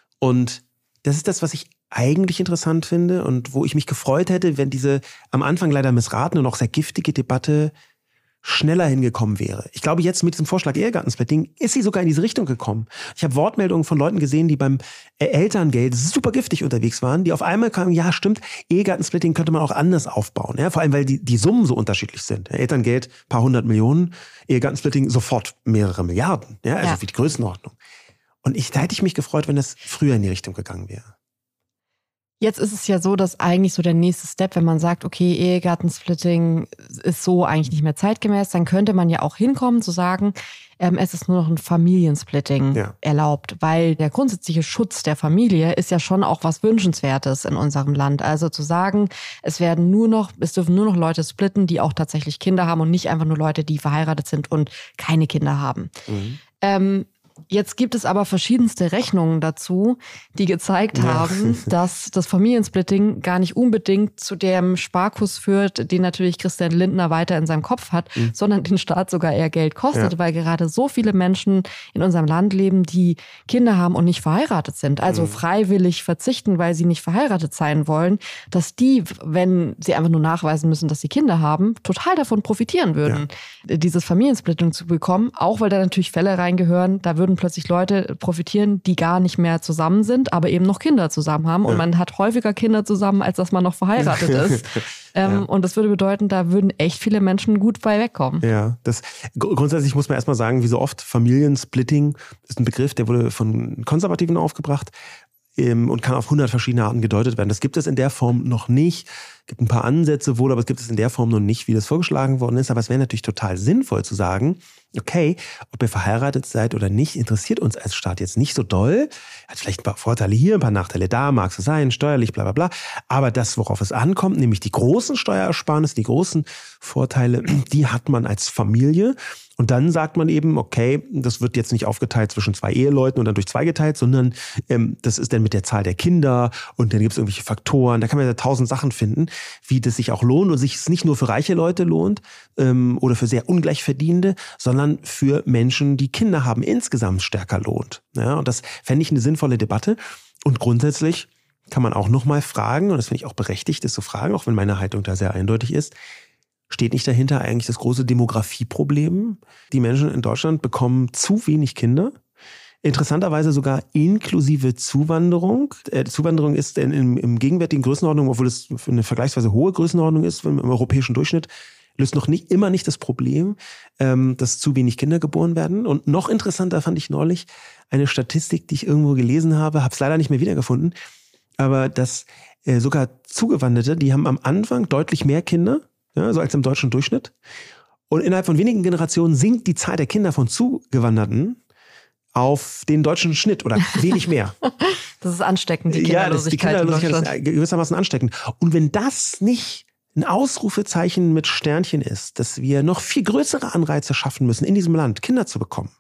Und das ist das, was ich eigentlich interessant finde und wo ich mich gefreut hätte, wenn diese am Anfang leider missratene und auch sehr giftige Debatte schneller hingekommen wäre. Ich glaube, jetzt mit diesem Vorschlag Ehegattensplitting ist sie sogar in diese Richtung gekommen. Ich habe Wortmeldungen von Leuten gesehen, die beim Elterngeld super giftig unterwegs waren, die auf einmal kamen, ja stimmt, Ehegattensplitting könnte man auch anders aufbauen. Ja, vor allem, weil die, die Summen so unterschiedlich sind. Elterngeld, paar hundert Millionen, Ehegattensplitting sofort mehrere Milliarden. Ja, also ja. wie die Größenordnung. Und ich, da hätte ich mich gefreut, wenn das früher in die Richtung gegangen wäre. Jetzt ist es ja so, dass eigentlich so der nächste Step, wenn man sagt, okay, Ehegattensplitting ist so eigentlich nicht mehr zeitgemäß, dann könnte man ja auch hinkommen zu sagen, ähm, es ist nur noch ein Familiensplitting ja. erlaubt, weil der grundsätzliche Schutz der Familie ist ja schon auch was Wünschenswertes in unserem Land. Also zu sagen, es werden nur noch, es dürfen nur noch Leute splitten, die auch tatsächlich Kinder haben und nicht einfach nur Leute, die verheiratet sind und keine Kinder haben. Mhm. Ähm, Jetzt gibt es aber verschiedenste Rechnungen dazu, die gezeigt ja. haben, dass das Familiensplitting gar nicht unbedingt zu dem Sparkurs führt, den natürlich Christian Lindner weiter in seinem Kopf hat, mhm. sondern den Staat sogar eher Geld kostet, ja. weil gerade so viele Menschen in unserem Land leben, die Kinder haben und nicht verheiratet sind, also mhm. freiwillig verzichten, weil sie nicht verheiratet sein wollen, dass die, wenn sie einfach nur nachweisen müssen, dass sie Kinder haben, total davon profitieren würden, ja. dieses Familiensplitting zu bekommen, auch weil da natürlich Fälle reingehören, da würden plötzlich Leute profitieren, die gar nicht mehr zusammen sind, aber eben noch Kinder zusammen haben. Und ja. man hat häufiger Kinder zusammen, als dass man noch verheiratet ist. ähm, ja. Und das würde bedeuten, da würden echt viele Menschen gut bei wegkommen. Ja, das grundsätzlich muss man erstmal sagen, wie so oft, Familiensplitting ist ein Begriff, der wurde von Konservativen aufgebracht ähm, und kann auf hundert verschiedene Arten gedeutet werden. Das gibt es in der Form noch nicht. Es gibt ein paar Ansätze wohl, aber es gibt es in der Form noch nicht, wie das vorgeschlagen worden ist. Aber es wäre natürlich total sinnvoll zu sagen, okay, ob ihr verheiratet seid oder nicht, interessiert uns als Staat jetzt nicht so doll. Hat vielleicht ein paar Vorteile hier, ein paar Nachteile da, mag so sein, steuerlich, bla bla bla. Aber das, worauf es ankommt, nämlich die großen Steuerersparnisse, die großen Vorteile, die hat man als Familie. Und dann sagt man eben, okay, das wird jetzt nicht aufgeteilt zwischen zwei Eheleuten und dann durch zwei geteilt, sondern ähm, das ist dann mit der Zahl der Kinder und dann gibt es irgendwelche Faktoren. Da kann man ja tausend Sachen finden, wie das sich auch lohnt und sich es nicht nur für reiche Leute lohnt ähm, oder für sehr ungleich Verdienende, sondern für Menschen, die Kinder haben, insgesamt stärker lohnt. Ja, und das fände ich eine sinnvolle Debatte. Und grundsätzlich kann man auch nochmal fragen, und das finde ich auch berechtigt, das zu fragen, auch wenn meine Haltung da sehr eindeutig ist, steht nicht dahinter eigentlich das große Demografieproblem? Die Menschen in Deutschland bekommen zu wenig Kinder. Interessanterweise sogar inklusive Zuwanderung. Äh, Zuwanderung ist in, im, im gegenwärtigen Größenordnung, obwohl es eine vergleichsweise hohe Größenordnung ist im europäischen Durchschnitt, löst noch nicht immer nicht das Problem, ähm, dass zu wenig Kinder geboren werden. Und noch interessanter fand ich neulich eine Statistik, die ich irgendwo gelesen habe, habe es leider nicht mehr wiedergefunden, aber dass äh, sogar Zugewanderte, die haben am Anfang deutlich mehr Kinder, ja, so als im deutschen Durchschnitt. Und innerhalb von wenigen Generationen sinkt die Zahl der Kinder von Zugewanderten auf den deutschen Schnitt oder wenig mehr. Das ist ansteckend, die Kinderlosigkeit. Ja, das ist die Kinderlosigkeit ist gewissermaßen ansteckend. Und wenn das nicht ein Ausrufezeichen mit Sternchen ist, dass wir noch viel größere Anreize schaffen müssen, in diesem Land Kinder zu bekommen,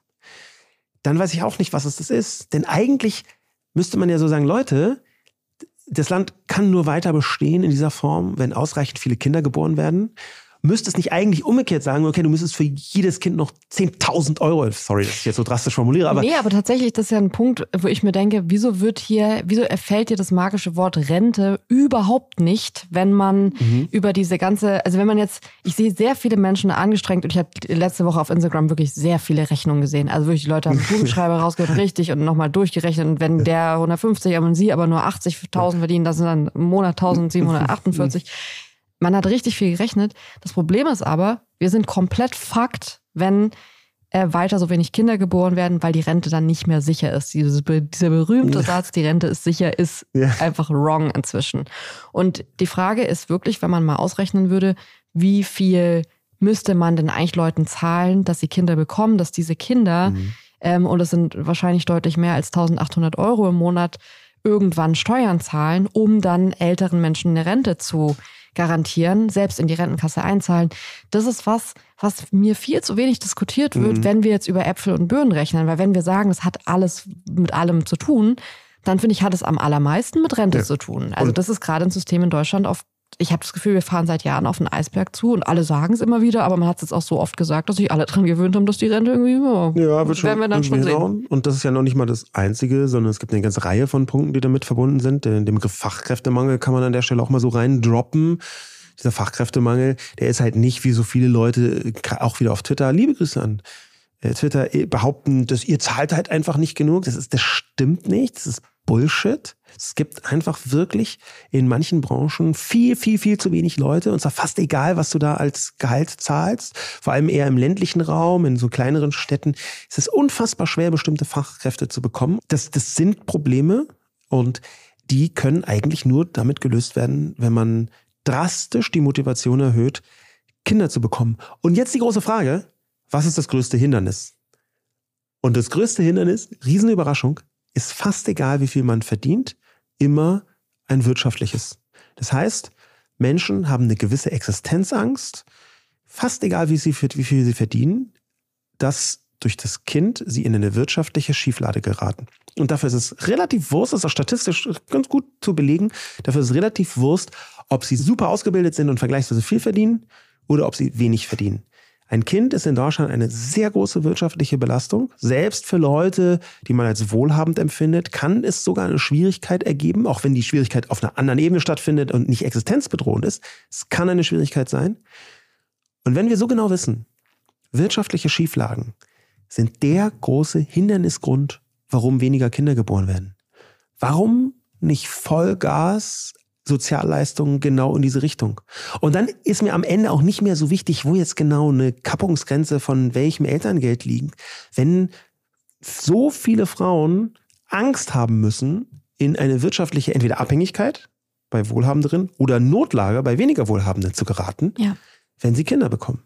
dann weiß ich auch nicht, was es das ist. Denn eigentlich müsste man ja so sagen, Leute, das Land kann nur weiter bestehen in dieser Form, wenn ausreichend viele Kinder geboren werden. Müsste es nicht eigentlich umgekehrt sagen, okay, du müsstest für jedes Kind noch zehntausend Euro, sorry, dass ich jetzt so drastisch formuliere, aber... Nee, aber tatsächlich, das ist ja ein Punkt, wo ich mir denke, wieso wird hier, wieso erfällt dir das magische Wort Rente überhaupt nicht, wenn man mhm. über diese ganze, also wenn man jetzt, ich sehe sehr viele Menschen angestrengt und ich habe letzte Woche auf Instagram wirklich sehr viele Rechnungen gesehen, also wirklich die Leute haben Kugelschreiber rausgehört, richtig und nochmal durchgerechnet und wenn der hundertfünfzig und sie aber nur achtzigtausend verdienen, das sind dann im Monat eintausendsiebenhundertachtundvierzig. Man hat richtig viel gerechnet. Das Problem ist aber, wir sind komplett fucked, wenn äh, weiter so wenig Kinder geboren werden, weil die Rente dann nicht mehr sicher ist. Diese, dieser berühmte ja. Satz, die Rente ist sicher, ist ja. einfach wrong inzwischen. Und die Frage ist wirklich, wenn man mal ausrechnen würde, wie viel müsste man denn eigentlich Leuten zahlen, dass sie Kinder bekommen, dass diese Kinder, mhm. ähm, und es sind wahrscheinlich deutlich mehr als eintausendachthundert Euro im Monat, irgendwann Steuern zahlen, um dann älteren Menschen eine Rente zu garantieren, selbst in die Rentenkasse einzahlen. Das ist was, was mir viel zu wenig diskutiert wird, mhm. wenn wir jetzt über Äpfel und Birnen rechnen. Weil wenn wir sagen, es hat alles mit allem zu tun, dann finde ich, hat es am allermeisten mit Rente ja. zu tun. Also und das ist gerade ein System in Deutschland, auf ich habe das Gefühl, wir fahren seit Jahren auf einen Eisberg zu und alle sagen es immer wieder, aber man hat es jetzt auch so oft gesagt, dass sich alle dran gewöhnt haben, dass die Rente irgendwie, ja, ja wird schon, werden wir dann schon sehen. Und das ist ja noch nicht mal das Einzige, sondern es gibt eine ganze Reihe von Punkten, die damit verbunden sind. Den Begriff Fachkräftemangel kann man an der Stelle auch mal so reindroppen. dieser Fachkräftemangel, der ist halt nicht wie so viele Leute, auch wieder auf Twitter, liebe Grüße an Twitter, behaupten, dass ihr zahlt halt einfach nicht genug. Das ist, das stimmt nicht. Das ist Bullshit. Es gibt einfach wirklich in manchen Branchen viel, viel, viel zu wenig Leute. Und zwar fast egal, was du da als Gehalt zahlst. Vor allem eher im ländlichen Raum, in so kleineren Städten. Es ist unfassbar schwer, bestimmte Fachkräfte zu bekommen. Das, das sind Probleme und die können eigentlich nur damit gelöst werden, wenn man drastisch die Motivation erhöht, Kinder zu bekommen. Und jetzt die große Frage: Was ist das größte Hindernis? Und das größte Hindernis, Riesenüberraschung, ist fast egal, wie viel man verdient, immer ein wirtschaftliches. Das heißt, Menschen haben eine gewisse Existenzangst, fast egal, wie, sie, wie viel sie verdienen, dass durch das Kind sie in eine wirtschaftliche Schieflage geraten. Und dafür ist es relativ Wurst, das ist auch statistisch ganz gut zu belegen, dafür ist es relativ Wurst, ob sie super ausgebildet sind und vergleichsweise viel verdienen oder ob sie wenig verdienen. Ein Kind ist in Deutschland eine sehr große wirtschaftliche Belastung. Selbst für Leute, die man als wohlhabend empfindet, kann es sogar eine Schwierigkeit ergeben, auch wenn die Schwierigkeit auf einer anderen Ebene stattfindet und nicht existenzbedrohend ist. Es kann eine Schwierigkeit sein. Und wenn wir so genau wissen, wirtschaftliche Schieflagen sind der große Hindernisgrund, warum weniger Kinder geboren werden. Warum nicht Vollgas Sozialleistungen genau in diese Richtung? Und dann ist mir am Ende auch nicht mehr so wichtig, wo jetzt genau eine Kappungsgrenze von welchem Elterngeld liegt. Wenn so viele Frauen Angst haben müssen, in eine wirtschaftliche entweder Abhängigkeit bei Wohlhabenderen oder Notlage bei weniger Wohlhabenden zu geraten, ja. wenn sie Kinder bekommen.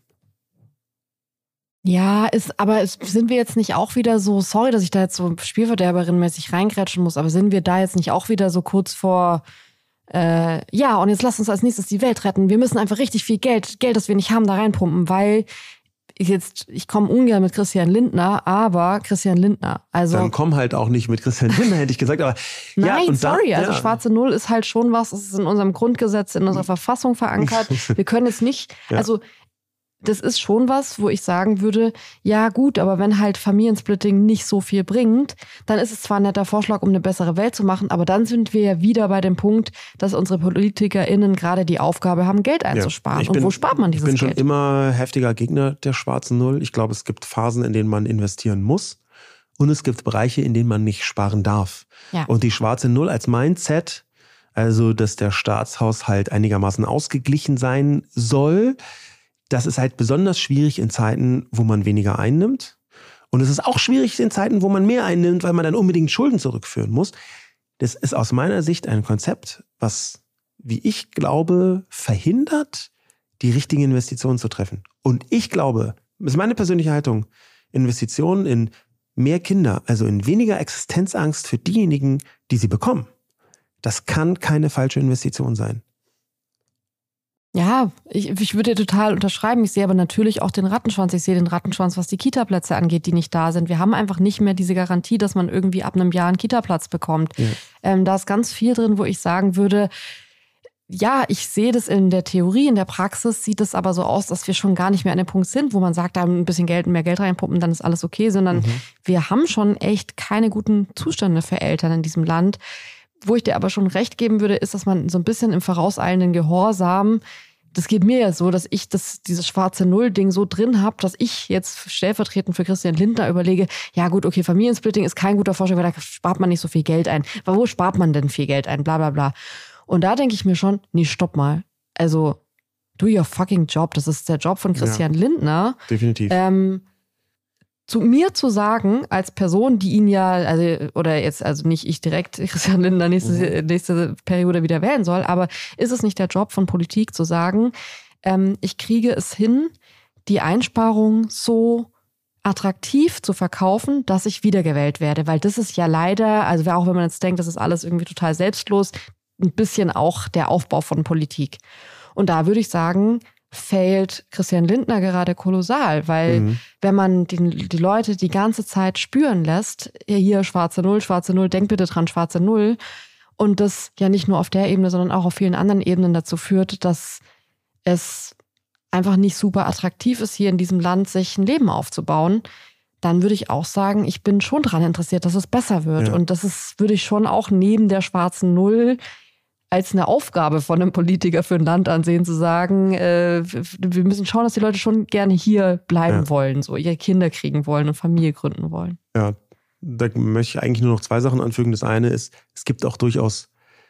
Ja, ist, aber ist, sind wir jetzt nicht auch wieder so, sorry, dass ich da jetzt so Spielverderberin-mäßig reingrätschen muss, aber sind wir da jetzt nicht auch wieder so kurz vor Äh, ja, und jetzt lasst uns als nächstes die Welt retten. Wir müssen einfach richtig viel Geld, Geld, das wir nicht haben, da reinpumpen, weil ich jetzt, ich komme ungern mit Christian Lindner, aber Christian Lindner, also... Dann komm halt auch nicht mit Christian Lindner, hätte ich gesagt, aber... Nein, ja, und sorry, da, also ja. schwarze Null ist halt schon was, es ist in unserem Grundgesetz, in unserer Verfassung verankert. Wir können jetzt nicht, ja. also... Das ist schon was, wo ich sagen würde, ja gut, aber wenn halt Familiensplitting nicht so viel bringt, dann ist es zwar ein netter Vorschlag, um eine bessere Welt zu machen, aber dann sind wir ja wieder bei dem Punkt, dass unsere PolitikerInnen gerade die Aufgabe haben, Geld einzusparen. Ja, Und bin, wo spart man dieses Geld? Ich bin schon Geld? immer heftiger Gegner der schwarzen Null. Ich glaube, es gibt Phasen, in denen man investieren muss und es gibt Bereiche, in denen man nicht sparen darf. Ja. Und die schwarze Null als Mindset, also dass der Staatshaushalt einigermaßen ausgeglichen sein soll, das ist halt besonders schwierig in Zeiten, wo man weniger einnimmt. Und es ist auch schwierig in Zeiten, wo man mehr einnimmt, weil man dann unbedingt Schulden zurückführen muss. Das ist aus meiner Sicht ein Konzept, was, wie ich glaube, verhindert, die richtigen Investitionen zu treffen. Und ich glaube, das ist meine persönliche Haltung, Investitionen in mehr Kinder, also in weniger Existenzangst für diejenigen, die sie bekommen, das kann keine falsche Investition sein. Ja, ich, ich würde dir total unterschreiben. Ich sehe aber natürlich auch den Rattenschwanz. Ich sehe den Rattenschwanz, was die Kita-Plätze angeht, die nicht da sind. Wir haben einfach nicht mehr diese Garantie, dass man irgendwie ab einem Jahr einen Kita-Platz bekommt. Ja. Ähm, da ist ganz viel drin, wo ich sagen würde, ja, ich sehe das in der Theorie, in der Praxis sieht es aber so aus, dass wir schon gar nicht mehr an dem Punkt sind, wo man sagt, da ein bisschen Geld, mehr Geld reinpumpen, dann ist alles okay, sondern mhm. wir haben schon echt keine guten Zustände für Eltern in diesem Land. Wo ich dir aber schon recht geben würde, ist, dass man so ein bisschen im vorauseilenden Gehorsam, das geht mir ja so, dass ich das dieses schwarze Null-Ding so drin habe, dass ich jetzt stellvertretend für Christian Lindner überlege, ja gut, okay, Familiensplitting ist kein guter Vorschlag, weil da spart man nicht so viel Geld ein. Aber wo spart man denn viel Geld ein? Bla bla bla. Und da denke ich mir schon, nee, stopp mal. Also, do your fucking job. Das ist der Job von Christian ja, Lindner. Definitiv. Ähm, zu mir zu sagen, als Person, die ihn ja, also, oder jetzt, also nicht ich direkt Christian Lindner nächste, mhm. nächste Periode wieder wählen soll, aber ist es nicht der Job von Politik zu sagen, ähm, ich kriege es hin, die Einsparung so attraktiv zu verkaufen, dass ich wiedergewählt werde, weil das ist ja leider, also auch wenn man jetzt denkt, das ist alles irgendwie total selbstlos, ein bisschen auch der Aufbau von Politik. Und da würde ich sagen, failt Christian Lindner gerade kolossal, weil mhm. wenn man die, die Leute die ganze Zeit spüren lässt, hier schwarze Null, schwarze Null, denk bitte dran, schwarze Null, und das ja nicht nur auf der Ebene, sondern auch auf vielen anderen Ebenen dazu führt, dass es einfach nicht super attraktiv ist, hier in diesem Land sich ein Leben aufzubauen, dann würde ich auch sagen, ich bin schon daran interessiert, dass es besser wird. Ja. Und das ist, würde ich schon auch neben der schwarzen Null als eine Aufgabe von einem Politiker für ein Land ansehen, zu sagen, äh, wir müssen schauen, dass die Leute schon gerne hier bleiben ja. wollen, so ihre Kinder kriegen wollen und Familie gründen wollen. Ja, da möchte ich eigentlich nur noch zwei Sachen anfügen. Das eine ist, es gibt auch durchaus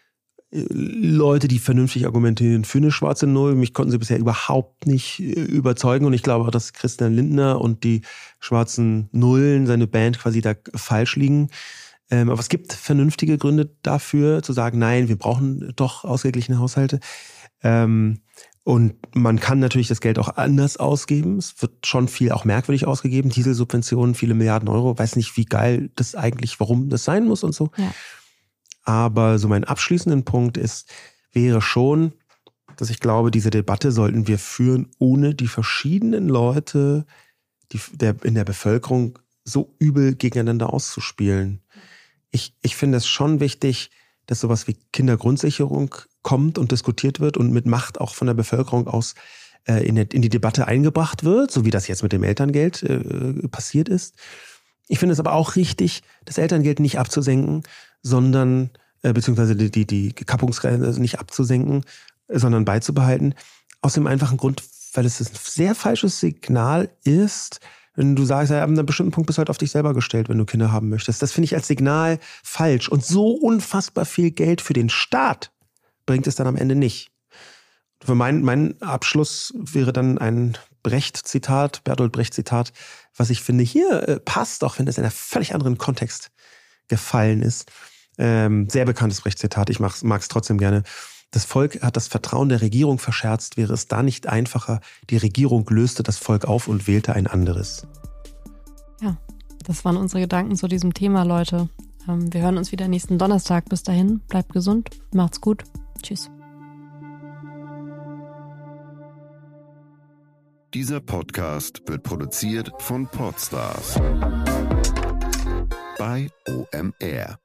Leute, die vernünftig argumentieren für eine schwarze Null. Mich konnten sie bisher überhaupt nicht überzeugen und ich glaube auch, dass Christian Lindner und die schwarzen Nullen, seine Band quasi da falsch liegen. Ähm, aber es gibt vernünftige Gründe dafür, zu sagen, nein, wir brauchen doch ausgeglichene Haushalte. Ähm, und man kann natürlich das Geld auch anders ausgeben. Es wird schon viel auch merkwürdig ausgegeben. Dieselsubventionen, viele Milliarden Euro. Weiß nicht, wie geil das eigentlich, warum das sein muss und so. Ja. Aber so mein abschließenden Punkt ist, wäre schon, dass ich glaube, diese Debatte sollten wir führen, ohne die verschiedenen Leute die der, in der Bevölkerung so übel gegeneinander auszuspielen. Ich, ich finde es schon wichtig, dass sowas wie Kindergrundsicherung kommt und diskutiert wird und mit Macht auch von der Bevölkerung aus äh, in, der, in die Debatte eingebracht wird, so wie das jetzt mit dem Elterngeld äh, passiert ist. Ich finde es aber auch richtig, das Elterngeld nicht abzusenken, sondern, äh, beziehungsweise die, die, die Kappungsgrenze nicht abzusenken, sondern beizubehalten. Aus dem einfachen Grund, weil es ein sehr falsches Signal ist, wenn du sagst, ja, ab einem bestimmten Punkt bist du halt auf dich selber gestellt, wenn du Kinder haben möchtest. Das finde ich als Signal falsch. Und so unfassbar viel Geld für den Staat bringt es dann am Ende nicht. Für mein, mein Abschluss wäre dann ein Brecht-Zitat, Bertolt Brecht-Zitat, was ich finde hier äh, passt, auch wenn es in einem völlig anderen Kontext gefallen ist. Ähm, sehr bekanntes Brecht-Zitat, ich mag es trotzdem gerne. Das Volk hat das Vertrauen der Regierung verscherzt. Wäre es da nicht einfacher, die Regierung löste das Volk auf und wählte ein anderes? Ja, das waren unsere Gedanken zu diesem Thema, Leute. Ähm, wir hören uns wieder nächsten Donnerstag. Bis dahin, bleibt gesund, macht's gut. Tschüss. Dieser Podcast wird produziert von Podstars bei O M R.